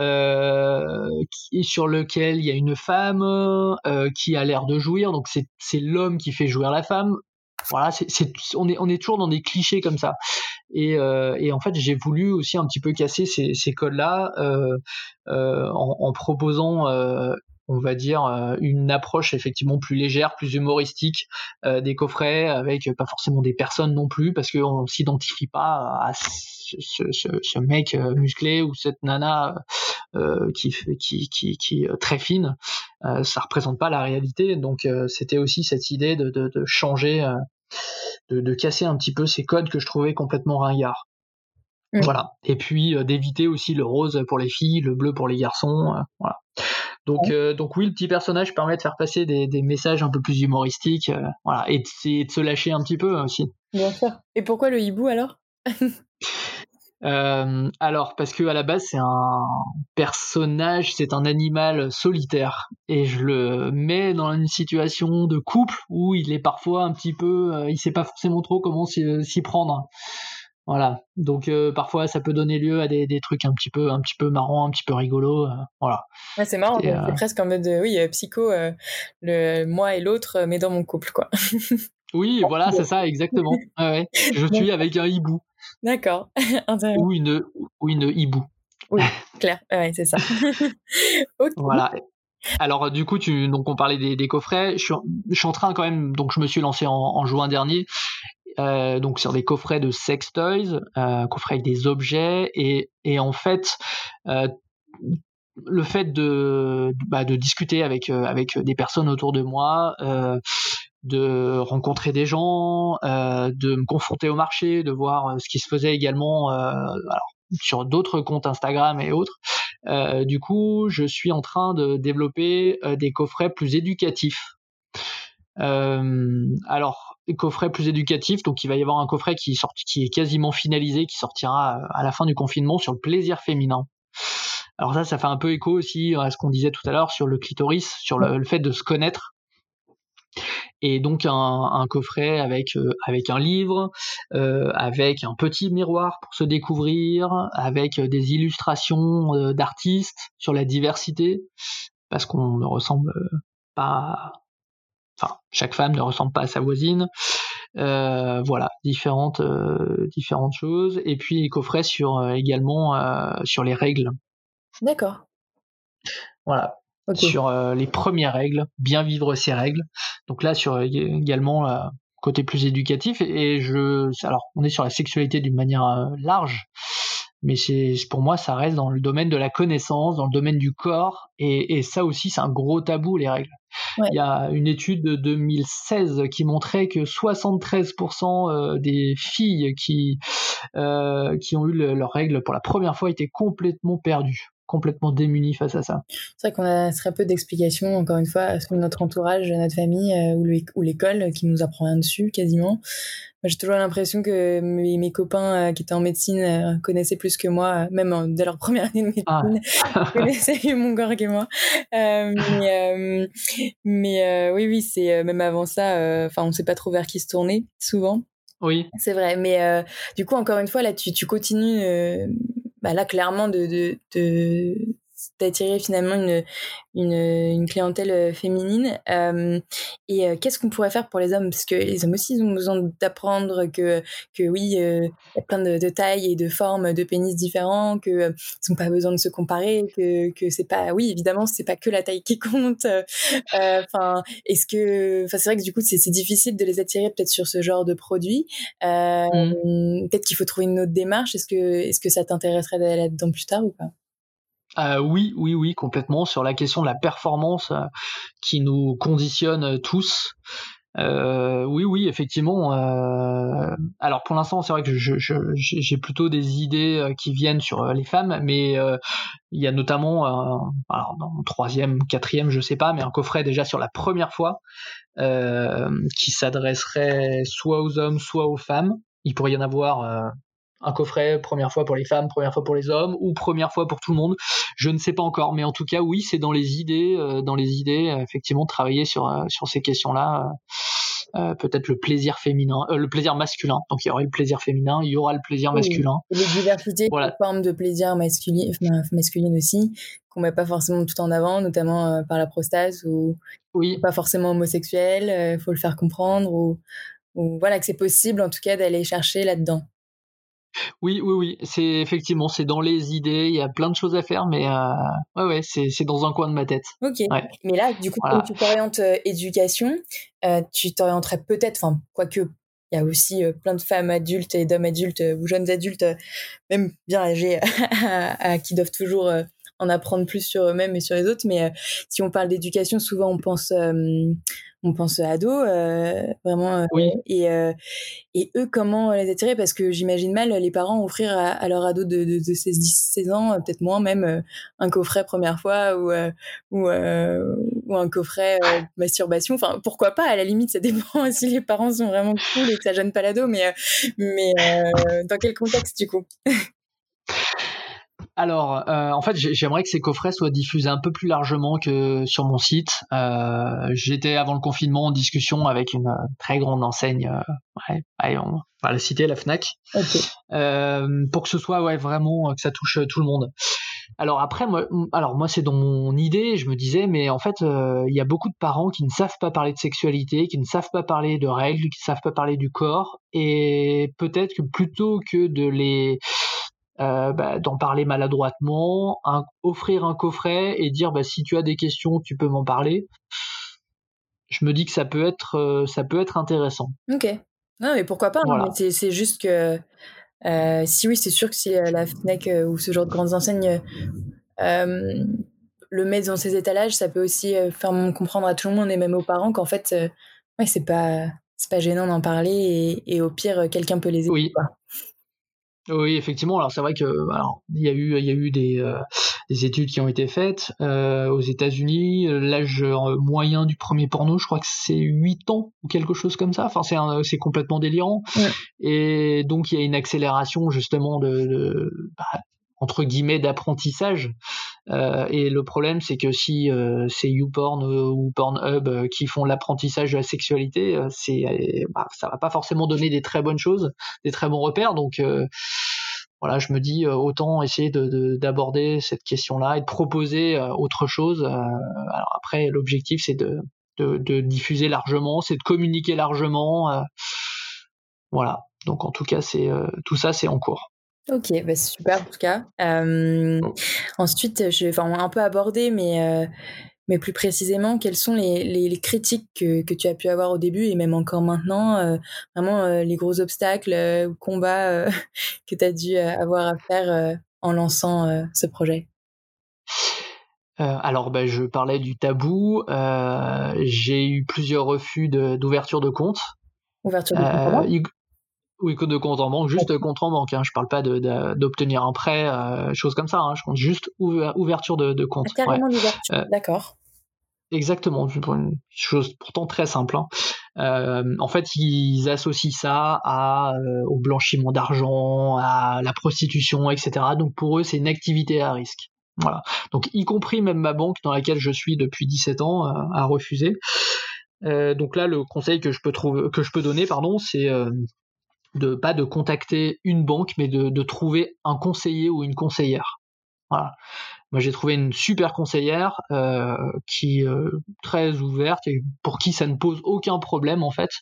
S2: euh, qui, sur lequel il y a une femme euh, qui a l'air de jouir, donc c'est, c'est l'homme qui fait jouir la femme. Voilà, c'est, c'est, on, est, on est toujours dans des clichés comme ça. Et, euh, et en fait, j'ai voulu aussi un petit peu casser ces, ces codes-là euh, euh, en, en proposant... Euh, on va dire, euh, une approche effectivement plus légère, plus humoristique euh, des coffrets, avec pas forcément des personnes non plus, parce qu'on s'identifie pas à ce, ce, ce, ce mec musclé ou cette nana euh, qui, qui, qui, qui est très fine. Euh, ça représente pas la réalité, donc euh, c'était aussi cette idée de, de, de changer, euh, de, de casser un petit peu ces codes que je trouvais complètement ringards. Mmh. Voilà. Et puis euh, d'éviter aussi le rose pour les filles, le bleu pour les garçons. Euh, voilà. Donc, ouais. euh, donc oui, le petit personnage permet de faire passer des, des messages un peu plus humoristiques, euh, voilà, et de, et de se lâcher un petit peu aussi.
S3: Bien sûr. Et pourquoi le hibou alors?
S2: euh, Alors parce que à la base c'est un personnage, c'est un animal solitaire, et je le mets dans une situation de couple où il est parfois un petit peu, euh, il sait pas forcément trop comment s'y, s'y prendre. Voilà, donc euh, parfois ça peut donner lieu à des, des trucs un petit peu, un petit peu marrants, un petit peu rigolos, euh, voilà.
S3: Ouais, c'est marrant, c'est, euh... c'est presque en mode euh, oui, euh, psycho, euh, le moi et l'autre, euh, mais dans mon couple, quoi.
S2: Oui, voilà, c'est ça, exactement. Ouais, ouais. Je suis avec un hibou.
S3: D'accord.
S2: ou une, ou une hibou.
S3: Oui, clair. Ouais, c'est ça. Okay.
S2: Voilà. Alors du coup, tu, donc on parlait des, des coffrets. Je suis, je suis en train quand même, donc je me suis lancé en, en juin dernier. Euh, donc sur des coffrets de sex toys, euh, coffrets avec des objets, et, et en fait, euh, le fait de, bah, de discuter avec, euh, avec des personnes autour de moi, euh, de rencontrer des gens, euh, de me confronter au marché, de voir ce qui se faisait également euh, alors, sur d'autres comptes Instagram et autres. Euh, du coup, je suis en train de développer euh, des coffrets plus éducatifs. Euh, alors, coffret plus éducatif, donc il va y avoir un coffret qui, sort, qui est quasiment finalisé, qui sortira à la fin du confinement, sur le plaisir féminin. Alors ça, ça fait un peu écho aussi à ce qu'on disait tout à l'heure sur le clitoris, sur le, le fait de se connaître. Et donc un, un coffret avec euh, avec un livre, euh, avec un petit miroir pour se découvrir, avec des illustrations euh, d'artistes sur la diversité, parce qu'on ne ressemble pas... Enfin, chaque femme ne ressemble pas à sa voisine. Euh, voilà, différentes, euh, différentes choses. Et puis, les coffrets sur, euh, également euh, sur les règles.
S3: D'accord.
S2: Voilà. Okay. Sur euh, les premières règles, bien vivre ses règles. Donc là, sur également euh, côté plus éducatif. Et je, alors, on est sur la sexualité d'une manière euh, large. Mais c'est, pour moi, ça reste dans le domaine de la connaissance, dans le domaine du corps. Et, et ça aussi, c'est un gros tabou, les règles. Ouais. Il y a une étude de deux mille seize qui montrait que soixante-treize pour cent des filles qui, euh, qui ont eu le, leurs règles pour la première fois étaient complètement perdues, complètement démunies face à ça.
S3: C'est vrai qu'on a très peu d'explications, encore une fois, sur notre entourage, notre famille euh, ou, le, ou l'école qui nous apprend rien dessus, quasiment. Moi, j'ai toujours l'impression que mes, mes copains euh, qui étaient en médecine euh, connaissaient plus que moi, euh, même euh, dès leur première année de médecine, ah. connaissaient mieux mon corps que moi. Euh, mais euh, mais euh, oui, oui, c'est euh, même avant ça, enfin, euh, on ne sait pas trop vers qui se tourner, souvent.
S2: Oui.
S3: C'est vrai, mais euh, du coup, encore une fois, là, tu, tu continues, euh, bah, là, clairement, de, de, de d'attirer finalement une, une, une clientèle féminine. Euh, et euh, qu'est-ce qu'on pourrait faire pour les hommes? Parce que les hommes aussi, ils ont besoin d'apprendre que, que oui, il euh, y a plein de, de tailles et de formes de pénis différents, qu'ils euh, n'ont pas besoin de se comparer, que, que c'est pas... Oui, évidemment, c'est pas que la taille qui compte. Enfin, euh, est-ce que... Enfin, c'est vrai que du coup, c'est, c'est difficile de les attirer peut-être sur ce genre de produit. Euh, mmh. Peut-être qu'il faut trouver une autre démarche. Est-ce que, est-ce que ça t'intéresserait d'aller là-dedans plus tard ou pas?
S2: Euh, oui, oui, oui, complètement, sur la question de la performance euh, qui nous conditionne tous. Euh, oui, oui, effectivement. Euh, alors pour l'instant, c'est vrai que je, je, j'ai plutôt des idées qui viennent sur les femmes, mais euh, il y a notamment, euh, alors dans mon troisième, quatrième, je sais pas, mais un coffret déjà sur la première fois euh, qui s'adresserait soit aux hommes, soit aux femmes. Il pourrait y en avoir... Euh, un coffret, première fois pour les femmes, première fois pour les hommes, ou première fois pour tout le monde. Je ne sais pas encore, mais en tout cas, oui, c'est dans les idées, euh, dans les idées, euh, effectivement, de travailler sur euh, sur ces questions-là. Euh, peut-être le plaisir féminin, euh, le plaisir masculin. Donc il y aurait le plaisir féminin, il y aura le plaisir
S3: oui,
S2: masculin.
S3: Et les diversités voilà. de formes de plaisir masculin, masculine aussi, qu'on met pas forcément tout en avant, notamment euh, par la prostate, ou
S2: oui.
S3: pas forcément homosexuel. Il euh, faut le faire comprendre, ou, ou voilà que c'est possible, en tout cas, d'aller chercher là-dedans.
S2: Oui, oui, oui, c'est effectivement, c'est dans les idées, il y a plein de choses à faire, mais euh, ouais, ouais, c'est, c'est dans un coin de ma tête.
S3: Ok.
S2: Ouais,
S3: Mais là, du coup, comme
S2: voilà.
S3: tu t'orientes euh, éducation, euh, tu t'orienterais peut-être, enfin, quoique, il y a aussi euh, plein de femmes adultes et d'hommes adultes euh, ou jeunes adultes, euh, même bien âgés, à, à- qui doivent toujours euh, en apprendre plus sur eux-mêmes et sur les autres. Mais euh, si on parle d'éducation, souvent on pense, euh, on pense ados, euh, vraiment. euh,
S2: Oui.
S3: et, euh, et eux, comment les attirer? Parce que j'imagine mal les parents offrir à, à leur ado de, de, de seize dix seize ans, euh, peut-être moins même, euh, un coffret première fois ou, euh, ou, euh, ou un coffret euh, masturbation. Enfin, pourquoi pas? À la limite, ça dépend si les parents sont vraiment cool et que ça gêne pas l'ado. Mais, euh, mais euh, dans quel contexte, du coup?
S2: Alors, euh, en fait, j'ai- j'aimerais que ces coffrets soient diffusés un peu plus largement que sur mon site. Euh, j'étais avant le confinement en discussion avec une euh, très grande enseigne, euh, ouais, ouais, on va la citer, la Fnac,
S3: Ok.
S2: euh, pour que ce soit ouais vraiment euh, que ça touche euh, tout le monde. Alors après, moi, m- alors moi c'est dans mon idée, je me disais, mais en fait, euh, il y a beaucoup de parents qui ne savent pas parler de sexualité, qui ne savent pas parler de règles, qui ne savent pas parler du corps, et peut-être que plutôt que de les euh, bah, d'en parler maladroitement, un- offrir un coffret et dire bah, si tu as des questions, tu peux m'en parler. Je me dis que ça peut être, euh, ça peut être intéressant.
S3: Ok. Non, mais pourquoi pas, hein, mais
S2: Voilà.
S3: c'est, c'est juste que euh, si oui, c'est sûr que si euh, la Fnac euh, ou ce genre de grandes enseignes euh, le mettre dans ses étalages, ça peut aussi euh, faire comprendre à tout le monde et même aux parents qu'en fait, euh, ouais, c'est pas, c'est pas gênant d'en parler et, et au pire, euh, quelqu'un peut les aider,
S2: Oui.
S3: quoi.
S2: Oui, effectivement. Alors c'est vrai que alors il y a eu il y a eu des euh, des études qui ont été faites euh, aux États-Unis. L'âge euh, moyen du premier porno, je crois que c'est huit ans ou quelque chose comme ça. Enfin c'est un- c'est complètement délirant.
S3: Ouais.
S2: Et donc il y a une accélération justement de, de bah, entre guillemets d'apprentissage. Euh, et le problème c'est que si euh, c'est YouPorn euh, ou Pornhub euh, qui font l'apprentissage de la sexualité, euh, c'est euh, bah, ça va pas forcément donner des très bonnes choses, des très bons repères. Donc euh, voilà, je me dis euh, autant essayer de, de, d'aborder cette question-là et de proposer euh, autre chose. Euh, alors après, l'objectif c'est de, de, de diffuser largement, c'est de communiquer largement. Euh, voilà. Donc en tout cas, c'est euh, tout ça, c'est en cours.
S3: Ok, bah c'est super en tout cas. Euh, ensuite, je vais enfin, un peu aborder, mais, euh, mais plus précisément, quelles sont les, les, les critiques que, que tu as pu avoir au début et même encore maintenant, euh, vraiment euh, les gros obstacles euh, ou combats euh, que tu as dû euh, avoir à faire euh, en lançant euh, ce projet?
S2: Euh, alors, ben, je parlais du tabou. Euh, j'ai eu plusieurs refus de, d'ouverture de compte.
S3: Ouverture de compte en
S2: Euh,
S3: banque?
S2: y- oui, de compte en banque, juste compte en banque. Hein. Je parle pas de, de- d'obtenir un prêt, euh, choses comme ça. Hein. Je compte juste ouver- ouverture de, de
S3: Ah,
S2: compte. Ouais.
S3: carrément l'ouverture,
S2: Euh,
S3: d'accord.
S2: exactement. Pour une chose pourtant très simple. Hein. Euh, en fait, ils associent ça à, euh, au blanchiment d'argent, à la prostitution, et cetera. Donc pour eux, c'est une activité à risque. Voilà. Donc y compris même ma banque dans laquelle je suis depuis dix-sept ans euh, a refusé. Euh, donc là, le conseil que je peux trouver, que je peux donner, pardon, c'est euh, de pas de contacter une banque, mais de, de trouver un conseiller ou une conseillère. Voilà. Moi, j'ai trouvé une super conseillère euh, qui est euh, très ouverte et pour qui ça ne pose aucun problème en fait.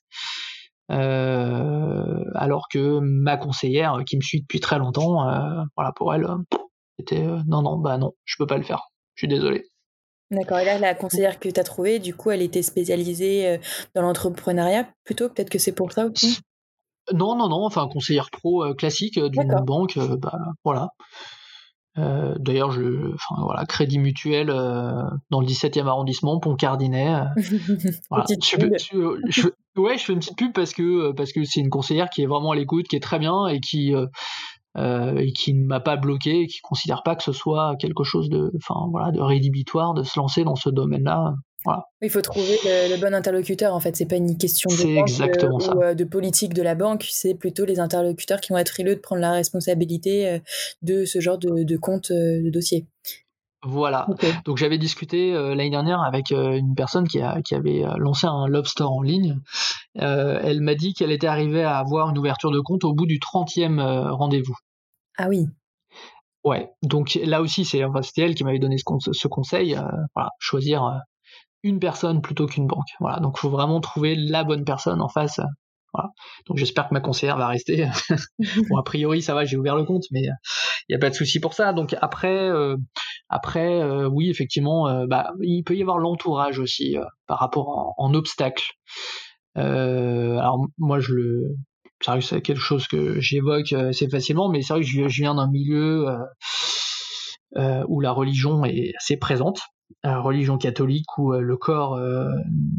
S2: Euh, alors que ma conseillère, qui me suit depuis très longtemps, euh, voilà, pour elle, euh, c'était euh, non, non, bah non, je peux pas le faire. Je suis désolé.
S3: D'accord. Et là, la conseillère que tu as trouvée, du coup, elle était spécialisée euh, dans l'entrepreneuriat plutôt? Peut-être que c'est pour ça aussi?
S2: Non, non, non, enfin conseillère pro euh, classique euh, d'une
S3: D'accord.
S2: banque, euh, bah voilà. Euh, d'ailleurs, je, enfin voilà, Crédit Mutuel euh, dans le dix-septième arrondissement, Pont Cardinet. Euh, voilà.
S3: Petite
S2: Je,
S3: pub.
S2: je, je, ouais, je fais une petite pub parce que parce que c'est une conseillère qui est vraiment à l'écoute, qui est très bien et qui euh, euh, et qui ne m'a pas bloqué, et qui considère pas que ce soit quelque chose de, enfin voilà, de rédhibitoire de se lancer dans ce domaine-là. Voilà.
S3: Il faut trouver le, le bon interlocuteur, en fait. C'est pas une question de
S2: C'est
S3: banque euh,
S2: exactement ça.
S3: ou euh, de politique de la banque, c'est plutôt les interlocuteurs qui vont être frileux de prendre la responsabilité euh, de ce genre de, de compte, euh, de dossier.
S2: Voilà.
S3: Ok.
S2: Donc j'avais discuté euh, l'année dernière avec euh, une personne qui, a, qui avait euh, lancé un love store en ligne. Euh, elle m'a dit qu'elle était arrivée à avoir une ouverture de compte au bout du trentième euh, rendez-vous.
S3: Ah oui.
S2: Ouais. Donc là aussi, c'est, enfin, c'était elle qui m'avait donné ce, con- ce conseil. Euh, voilà, choisir euh, une personne plutôt qu'une banque. Voilà. Donc il faut vraiment trouver la bonne personne en face. Euh, Voilà. Donc j'espère que ma conseillère va rester. Bon, a priori ça va, j'ai ouvert le compte, mais il y a pas de souci pour ça. Donc après, euh, après, euh, oui effectivement, euh, bah il peut y avoir l'entourage aussi euh, par rapport en, en obstacle. Euh, alors moi je le, c'est vrai que c'est quelque chose que j'évoque assez facilement, mais c'est vrai que je, je viens d'un milieu euh, euh, où la religion est assez présente, la religion catholique où euh, le corps euh,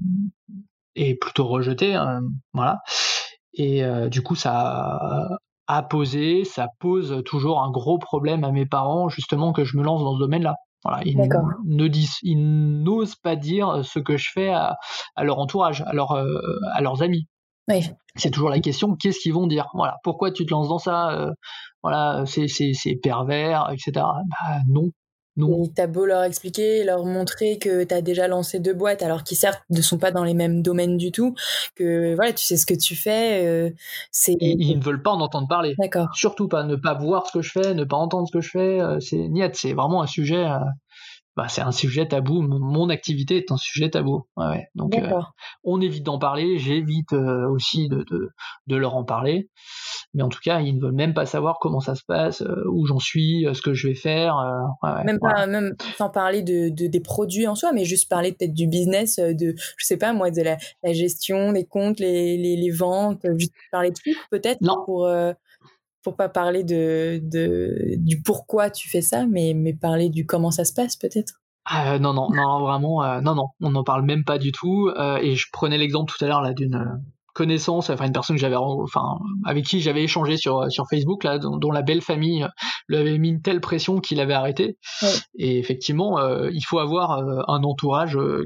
S2: est plutôt rejeté, hein, voilà. Et euh, du coup, ça a posé, ça pose toujours un gros problème à mes parents, justement, que je me lance dans ce domaine-là. Voilà, ils
S3: D'accord.
S2: ne disent, ils n'osent pas dire ce que je fais à, à leur entourage, à, leur, euh, à leurs amis.
S3: Oui.
S2: C'est toujours la question, qu'est-ce qu'ils vont dire? Voilà, pourquoi tu te lances dans ça? euh, Voilà, c'est, c'est, c'est pervers, et cetera. Bah non, non.
S3: Et t'as beau leur expliquer, leur montrer que t'as déjà lancé deux boîtes, alors qu'ils certes ne sont pas dans les mêmes domaines du tout, que voilà, tu sais ce que tu fais, euh, c'est...
S2: Ils, ils ne veulent pas en entendre parler.
S3: D'accord.
S2: Surtout pas, ne pas voir ce que je fais, ne pas entendre ce que je fais, euh, c'est niet, c'est vraiment un sujet, euh, bah, c'est un sujet tabou. Mon, mon activité est un sujet tabou. Ouais, ouais. Donc euh, on évite d'en parler, j'évite euh, aussi de, de, de leur en parler. Mais en tout cas, ils ne veulent même pas savoir comment ça se passe, euh, où j'en suis, euh, ce que je vais faire. Euh, ouais, ouais,
S3: même
S2: voilà.
S3: pas, même sans parler de, de des produits en soi, mais juste parler peut-être du business, de, je sais pas moi, de la, la gestion des comptes, les, les, les ventes, juste parler de chiffres peut-être
S2: Non.
S3: pour euh, pour pas parler de, de du pourquoi tu fais ça, mais mais parler du comment ça se passe peut-être.
S2: Euh, non, non, non, vraiment, euh, non, non, on n'en parle même pas du tout. Euh, et je prenais l'exemple tout à l'heure là d'une euh, connaissance, enfin une personne que j'avais, enfin avec qui j'avais échangé sur sur Facebook là, dont, dont la belle famille euh, lui avait mis une telle pression qu'il avait arrêté.
S3: Ouais.
S2: Et effectivement, euh, il faut avoir euh, un entourage euh,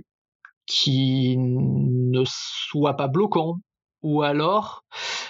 S2: qui ne soit pas bloquant, ou alors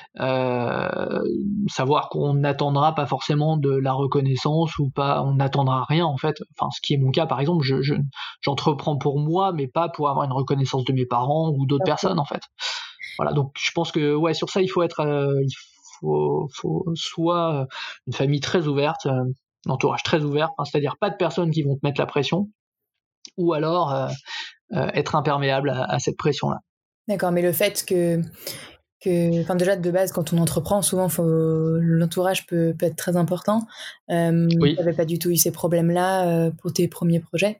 S2: euh, savoir qu'on n'attendra pas forcément de la reconnaissance ou pas, on n'attendra rien en fait. Enfin, ce qui est mon cas par exemple, je, je j'entreprends pour moi, mais pas pour avoir une reconnaissance de mes parents ou d'autres personnes en fait. Voilà, donc je pense que ouais, sur ça il faut être, euh, il faut, faut soit une famille très ouverte, euh, un entourage très ouvert, hein, c'est-à-dire pas de personnes qui vont te mettre la pression, ou alors euh, euh, être imperméable à, à cette pression-là.
S3: D'accord, mais le fait que que, enfin déjà de base quand on entreprend, souvent faut, l'entourage peut, peut être très important. Euh,
S2: oui.
S3: T'avais pas du tout eu ces problèmes-là euh, pour tes premiers projets?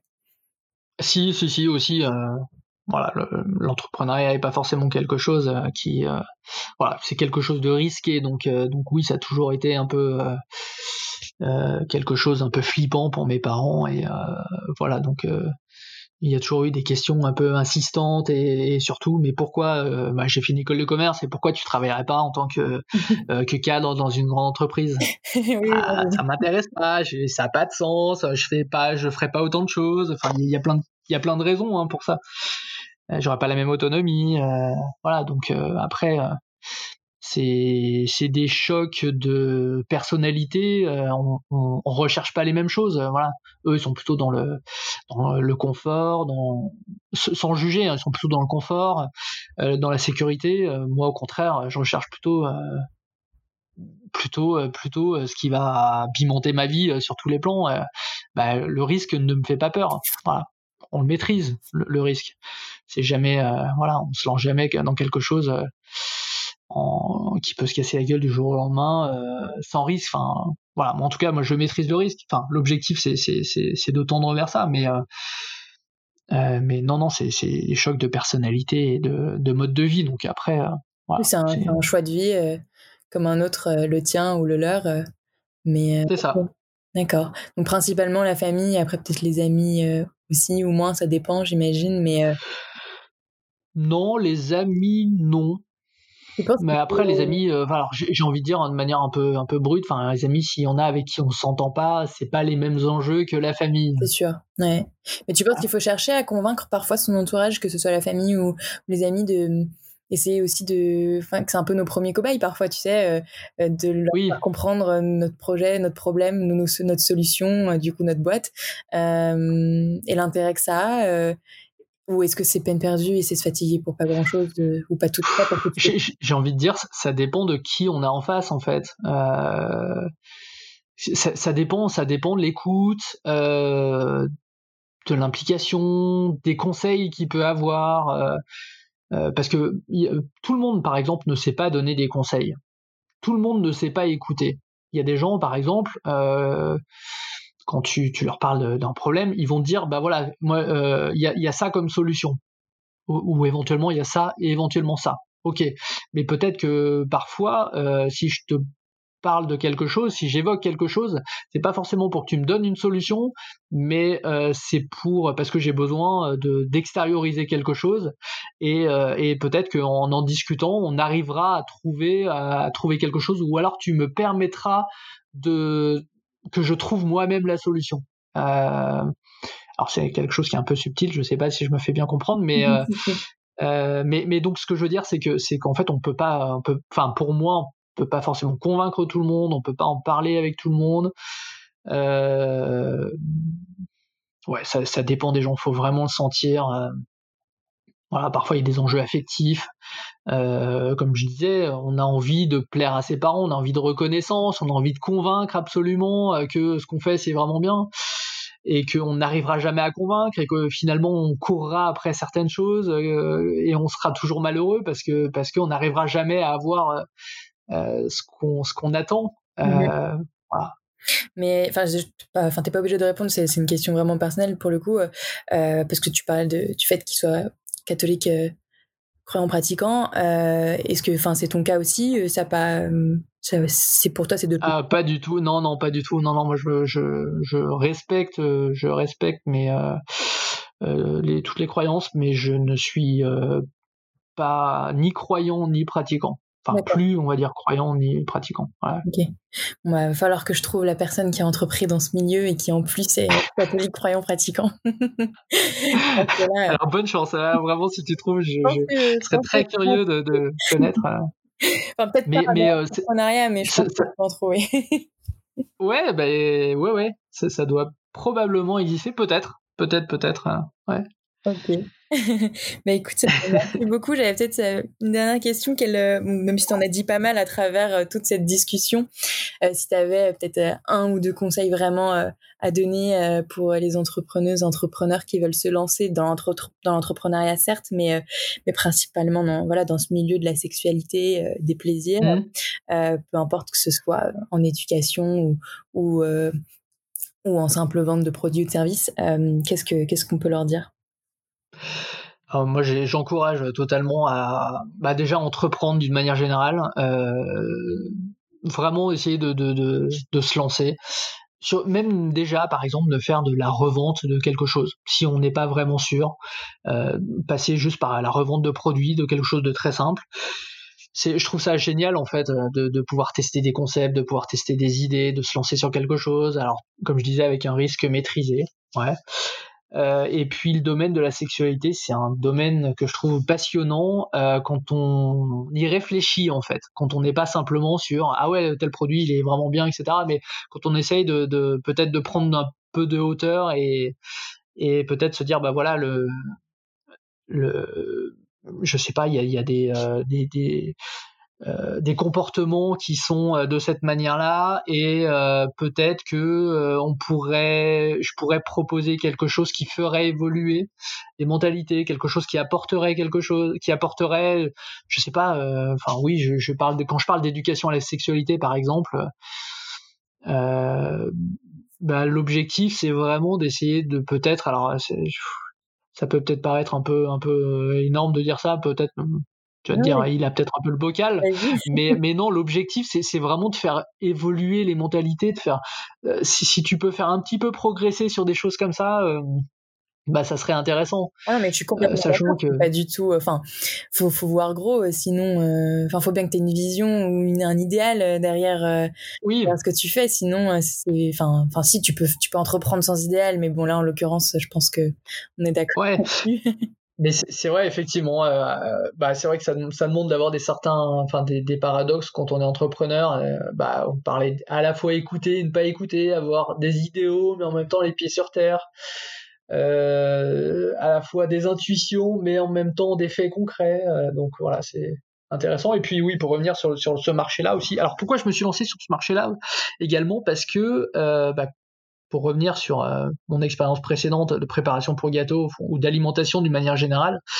S2: Si, si, si aussi. Euh, voilà, le, l'entrepreneuriat est pas forcément quelque chose euh, qui, euh, voilà, c'est quelque chose de risqué. Donc, euh, donc oui, ça a toujours été un peu euh, euh, quelque chose un peu flippant pour mes parents et euh, voilà. Donc euh, il y a toujours eu des questions un peu insistantes et, et surtout, mais pourquoi euh, bah, j'ai fait une école de commerce et pourquoi tu travaillerais pas en tant que, euh, que cadre dans une grande entreprise?
S3: Oui,
S2: Ah,
S3: oui.
S2: ça m'intéresse pas, je, ça a pas de sens, je fais pas, je ferai pas autant de choses. Enfin, il y a plein de, il y a plein de raisons hein, pour ça. Euh, j'aurais pas la même autonomie, euh, voilà. Donc euh, après. Euh, c'est c'est des chocs de personnalité, euh, on, on, on recherche pas les mêmes choses, euh, voilà. Eux ils sont plutôt dans le dans le confort, dans sans juger, hein, ils sont plutôt dans le confort, euh, dans la sécurité. Euh, moi au contraire, je recherche plutôt euh, plutôt euh, plutôt euh, ce qui va pimenter ma vie euh, sur tous les plans. Euh, bah, le risque ne me fait pas peur, voilà. On le maîtrise le, le risque. C'est jamais euh, voilà, on se lance jamais dans quelque chose euh, En, qui peut se casser la gueule du jour au lendemain euh, sans risque. Enfin, voilà. Moi, en tout cas, moi, je maîtrise le risque. Enfin, l'objectif, c'est, c'est, c'est, c'est de tendre vers ça, mais, euh, euh, mais non, non, c'est, c'est des chocs de personnalité et de, de mode de vie. Donc après, euh, voilà.
S3: C'est un,
S2: C'est,
S3: c'est un choix de vie euh, comme un autre, euh, le tien ou le leur. Euh, mais euh,
S2: c'est ça.
S3: bon. D'accord. Donc principalement la famille, après peut-être les amis euh, aussi, ou moins, ça dépend, j'imagine. Mais euh...
S2: non, les amis, non. Mais après, les amis, euh, alors j'ai, j'ai envie de dire de manière un peu, un peu brute, enfin, les amis, s'il y en a avec qui on s'entend pas, c'est pas les mêmes enjeux que la famille.
S3: C'est sûr, ouais. Mais tu penses qu'il faut chercher à convaincre parfois son entourage, que ce soit la famille ou, ou les amis, de essayer aussi de, enfin, que c'est un peu nos premiers cobayes parfois, tu sais, euh, de leur
S2: oui.
S3: faire comprendre notre projet, notre problème, nos, nos, notre solution, euh, du coup notre boîte, euh, et l'intérêt que ça a. Euh, Ou est-ce que c'est peine perdue et c'est se fatiguer pour pas grand-chose, de, ou pas tout ça parce que tu
S2: j'ai, j'ai envie de dire, ça dépend de qui on a en face, en fait. Euh, ça, ça dépend, ça dépend de l'écoute, euh, de l'implication, des conseils qu'il peut avoir. Euh, euh, parce que y, tout le monde, par exemple, ne sait pas donner des conseils. Tout le monde ne sait pas écouter. Il y a des gens, par exemple, euh, quand tu, tu leur parles d'un problème, ils vont te dire, bah voilà, moi, euh, il y a, y a ça comme solution, ou, ou éventuellement il y a ça et éventuellement ça. Ok, mais peut-être que parfois, euh, si je te parle de quelque chose, si j'évoque quelque chose, c'est pas forcément pour que tu me donnes une solution, mais euh, c'est pour parce que j'ai besoin de d'extérioriser quelque chose, et, euh, et peut-être qu'en en discutant, on arrivera à trouver à trouver quelque chose, ou alors tu me permettras de que je trouve moi-même la solution. Euh, alors c'est quelque chose qui est un peu subtil, je sais pas si je me fais bien comprendre, mais euh, euh, mais mais donc ce que je veux dire, c'est que c'est qu'en fait on peut pas, on peut, enfin pour moi, on peut pas forcément convaincre tout le monde, on peut pas en parler avec tout le monde. Euh, ouais, ça, ça dépend des gens, faut vraiment le sentir. Euh, voilà, parfois il y a des enjeux affectifs. Euh, comme je disais, on a envie de plaire à ses parents, on a envie de reconnaissance, on a envie de convaincre absolument que ce qu'on fait c'est vraiment bien, et qu'on n'arrivera jamais à convaincre, et que finalement on courra après certaines choses, euh, et on sera toujours malheureux parce que parce qu'on n'arrivera jamais à avoir euh, ce qu'on ce qu'on attend. Euh, mmh. Voilà.
S3: Mais enfin, enfin, t'es pas obligé de répondre. C'est, c'est une question vraiment personnelle pour le coup, euh, parce que tu parles de, du fait qu'il soit catholique, euh, croyant, pratiquant. Euh, est-ce que, enfin, c'est ton cas aussi? Ça pas, ça, c'est pour toi, c'est de.
S2: Ah, pas du tout. Non, non, pas du tout. Non, non. Moi, je, je, je respecte, je respecte, mais euh, euh, les toutes les croyances, mais je ne suis euh, pas ni croyant ni pratiquant. Enfin, D'accord. Plus, on va dire, croyant ni pratiquant. Voilà.
S3: Ok. Bon, bah, il va falloir que je trouve la personne qui a entrepris dans ce milieu et qui, en plus, est catholique, croyant, pratiquant.
S2: Là, alors, bonne chance. Hein, vraiment, si tu trouves, je, je, je serais très curieux de, de connaître.
S3: Enfin, peut-être mais, pas mais, euh, l'entrepreneuriat, mais je pense que je peux en trouver.
S2: Ouais, bah, ouais, ouais. Ça, ça doit probablement exister. Peut-être. Peut-être, peut-être. Hein, ouais.
S3: Ok. Bah écoute, merci beaucoup. J'avais peut-être une dernière question, qu'elle, même si tu en as dit pas mal à travers toute cette discussion, euh, si tu avais peut-être un ou deux conseils vraiment euh, à donner euh, pour les entrepreneuses, entrepreneurs qui veulent se lancer dans, l'entre- dans l'entrepreneuriat, certes, mais, euh, mais principalement dans, voilà, dans ce milieu de la sexualité, euh, des plaisirs, mmh. euh, peu importe que ce soit en éducation ou, ou, euh, ou en simple vente de produits ou de services, euh, qu'est-ce que, qu'est-ce qu'on peut leur dire?
S2: Alors moi, j'ai, j'encourage totalement à bah déjà entreprendre d'une manière générale, euh, vraiment essayer de, de, de, de se lancer. Sur, même déjà, par exemple, de faire de la revente de quelque chose. Si on n'est pas vraiment sûr, euh, passer juste par la revente de produits, de quelque chose de très simple. C'est, je trouve ça génial, en fait, de, de pouvoir tester des concepts, de pouvoir tester des idées, de se lancer sur quelque chose. Alors, comme je disais, avec un risque maîtrisé. Ouais. Euh, et puis le domaine de la sexualité, c'est un domaine que je trouve passionnant euh, quand on y réfléchit, en fait, quand on n'est pas simplement sur ah ouais, tel produit il est vraiment bien, et cetera. Mais quand on essaye de, de peut-être de prendre un peu de hauteur, et et peut-être se dire bah voilà, le le je sais pas, il y a il y a des euh, des, des Euh, des comportements qui sont euh, de cette manière-là, et euh, peut-être que euh, on pourrait, je pourrais proposer quelque chose qui ferait évoluer les mentalités, quelque chose qui apporterait quelque chose, qui apporterait, je sais pas, enfin euh, oui, je, je parle de, quand je parle d'éducation à la sexualité par exemple, euh, bah, l'objectif c'est vraiment d'essayer de peut-être, alors c'est, ça peut peut-être paraître un peu un peu énorme de dire ça, peut-être. Tu vas te dire, il a peut-être un peu le bocal, mais, mais non, l'objectif, c'est, c'est vraiment de faire évoluer les mentalités, de faire, euh, si, si tu peux faire un petit peu progresser sur des choses comme ça, euh, bah, ça serait intéressant.
S3: Ah, mais je suis complètement euh, sachant que pas du tout, enfin, faut, faut voir gros, sinon, enfin, euh, faut bien que tu aies une vision ou une, un idéal derrière, euh,
S2: oui.
S3: derrière ce que tu fais, sinon, c'est, enfin, enfin, si, tu peux, tu peux entreprendre sans idéal, mais bon, là, en l'occurrence, je pense que on est d'accord.
S2: Ouais. Mais c'est, c'est vrai, effectivement, euh, bah, c'est vrai que ça, ça demande d'avoir des certains, enfin, des, des paradoxes quand on est entrepreneur. Euh, bah, on parlait à la fois écouter, ne pas écouter, avoir des idéaux, mais en même temps les pieds sur terre. Euh, à la fois des intuitions, mais en même temps des faits concrets. Euh, donc voilà, c'est intéressant. Et puis oui, pour revenir sur, sur ce marché-là aussi. Alors pourquoi je me suis lancé sur ce marché-là également? Parce que euh, bah, pour revenir sur euh, mon expérience précédente de préparation pour gâteau ou d'alimentation d'une manière générale,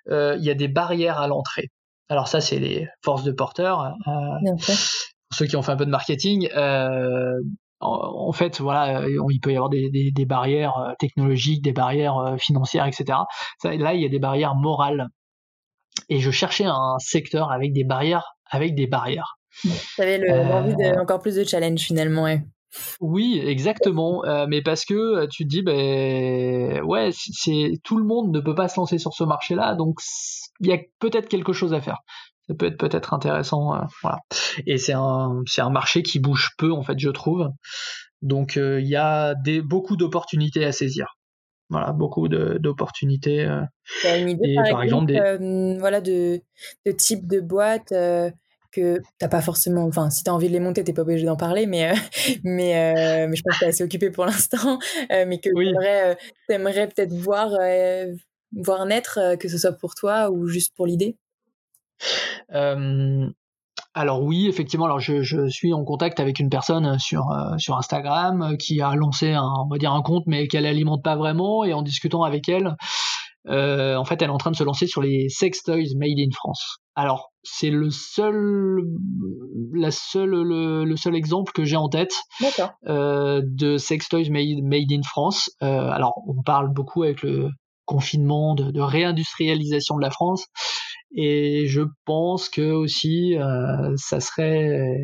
S2: euh, il y a des barrières à l'entrée. Alors ça, c'est les forces de porteurs. Euh, pour ceux qui ont fait un peu de marketing, euh, en, en fait, voilà, il peut y avoir des, des, des barrières technologiques, des barrières financières, et cetera. Ça, là, il y a des barrières morales. Et je cherchais un secteur avec des barrières, avec des barrières.
S3: Tu avais le, euh, l'envie de encore plus de challenge finalement, ouais.
S2: Oui, exactement. Euh, mais parce que tu te dis, ben ouais, c'est tout le monde ne peut pas se lancer sur ce marché-là, donc il y a peut-être quelque chose à faire. Ça peut être peut-être intéressant, euh, voilà. Et c'est un c'est un marché qui bouge peu en fait, je trouve. Donc il euh, y a des beaucoup d'opportunités à saisir. Voilà, beaucoup de, d'opportunités. Euh,
S3: tu as une idée,
S2: et
S3: par,
S2: par
S3: exemple,
S2: exemple, des...
S3: euh, voilà, de, de type de boîte euh, que t'as pas forcément... Enfin, si tu as envie de les monter, t'es pas obligé d'en parler, mais, euh, mais, euh, mais je pense que t'es assez occupé pour l'instant, euh, mais que oui. t'aimerais, euh, t'aimerais peut-être voir, euh, voir naître, euh, que ce soit pour toi ou juste pour l'idée.
S2: Euh... Alors oui, effectivement, alors je, je suis en contact avec une personne sur euh, sur Instagram euh, qui a lancé un, on va dire un compte, mais qu'elle alimente pas vraiment. Et en discutant avec elle, euh, en fait, elle est en train de se lancer sur les sex toys made in France. Alors c'est le seul, la seule, le, le seul exemple que j'ai en tête euh, de sex toys made made in France. Euh, alors on parle beaucoup avec le confinement de, de réindustrialisation de la France. Et je pense que aussi euh, ça serait,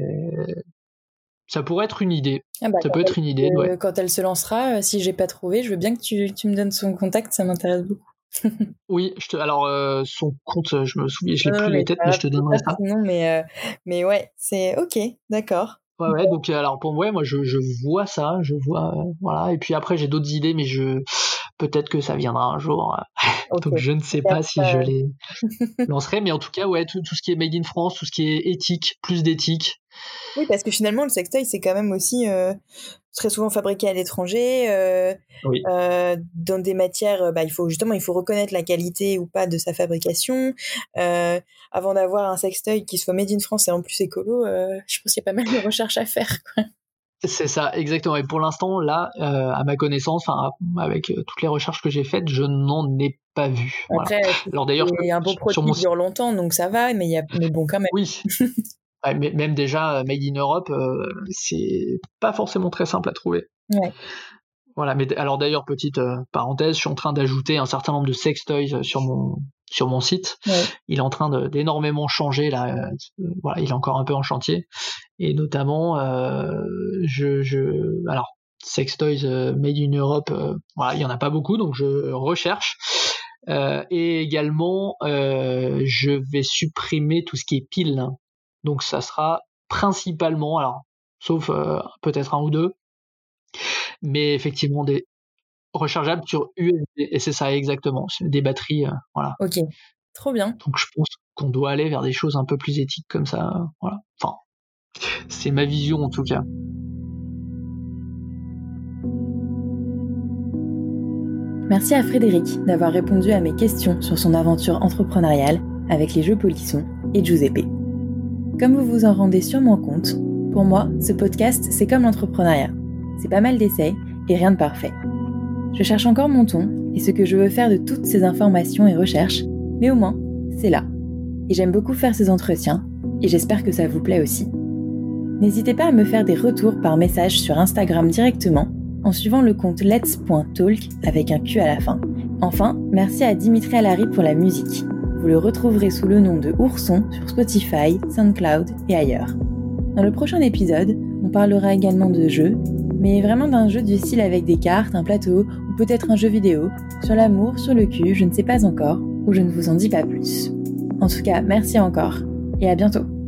S2: ça pourrait être une idée. Ah bah, ça peut être une idée.
S3: Euh,
S2: ouais.
S3: Quand elle se lancera, euh, si j'ai pas trouvé, je veux bien que tu, tu me donnes son contact, ça m'intéresse beaucoup.
S2: Oui, je te, alors euh, son compte, je me souviens, je l'ai non, plus la tête, mais je te donnerai ça.
S3: Non, mais euh, mais ouais, c'est ok, d'accord.
S2: Ouais, ouais. Donc alors pour moi, moi je, je vois ça, je vois, euh, voilà. Et puis après j'ai d'autres idées, mais je peut-être que ça viendra un jour. Okay. Donc je ne sais pas si je les lancerai, mais en tout cas, ouais, tout, tout ce qui est made in France, tout ce qui est éthique, plus d'éthique.
S3: Oui, parce que finalement, le sextoy, c'est quand même aussi euh, très souvent fabriqué à l'étranger, euh, oui. euh, dans des matières, bah, il faut justement, il faut reconnaître la qualité ou pas de sa fabrication. Euh, avant d'avoir un sextoy qui soit made in France et en plus écolo, euh, je pense qu'il y a pas mal de recherches à faire, quoi.
S2: C'est ça, exactement. Et pour l'instant, là, euh, à ma connaissance, enfin, avec euh, toutes les recherches que j'ai faites, je n'en ai pas vu.
S3: Après,
S2: voilà. Alors d'ailleurs,
S3: il y a un bon produit qui dure longtemps, donc ça va, mais il y a, mais bon, quand même.
S2: Oui. Ouais, mais même déjà, Made in Europe, euh, c'est pas forcément très simple à trouver.
S3: Ouais.
S2: Voilà. Mais alors d'ailleurs, petite euh, parenthèse, je suis en train d'ajouter un certain nombre de sex toys sur mon sur mon site. Ouais. Il est en train de, d'énormément changer là. Euh, voilà, il est encore un peu en chantier. Et notamment, euh, je, je, alors, sex toys euh, made in Europe, euh, voilà, il y en a pas beaucoup, donc je recherche. Euh, et également, euh, je vais supprimer tout ce qui est piles. Donc ça sera principalement, alors, sauf euh, peut-être un ou deux, mais effectivement des rechargeables sur U S B. Et c'est ça exactement, c'est des batteries, euh, voilà.
S3: Ok, trop bien.
S2: Donc je pense qu'on doit aller vers des choses un peu plus éthiques comme ça, euh, voilà. Enfin, c'est ma vision en tout cas.
S1: Merci à Frédéric d'avoir répondu à mes questions sur son aventure entrepreneuriale avec les jeux Polisson et Giuseppe. Comme vous vous en rendez sûrement compte, pour moi, ce podcast, c'est comme l'entrepreneuriat. C'est pas mal d'essais et rien de parfait. Je cherche encore mon ton et ce que je veux faire de toutes ces informations et recherches, mais au moins, c'est là. Et j'aime beaucoup faire ces entretiens et j'espère que ça vous plaît aussi. N'hésitez pas à me faire des retours par message sur Instagram directement en suivant le compte lets point talk avec un Q à la fin. Enfin, merci à Dimitri Allary pour la musique. Vous le retrouverez sous le nom de Ourson sur Spotify, SoundCloud et ailleurs. Dans le prochain épisode, on parlera également de jeux, mais vraiment d'un jeu du style avec des cartes, un plateau ou peut-être un jeu vidéo, sur l'amour, sur le cul, je ne sais pas encore, ou je ne vous en dis pas plus. En tout cas, merci encore et à bientôt.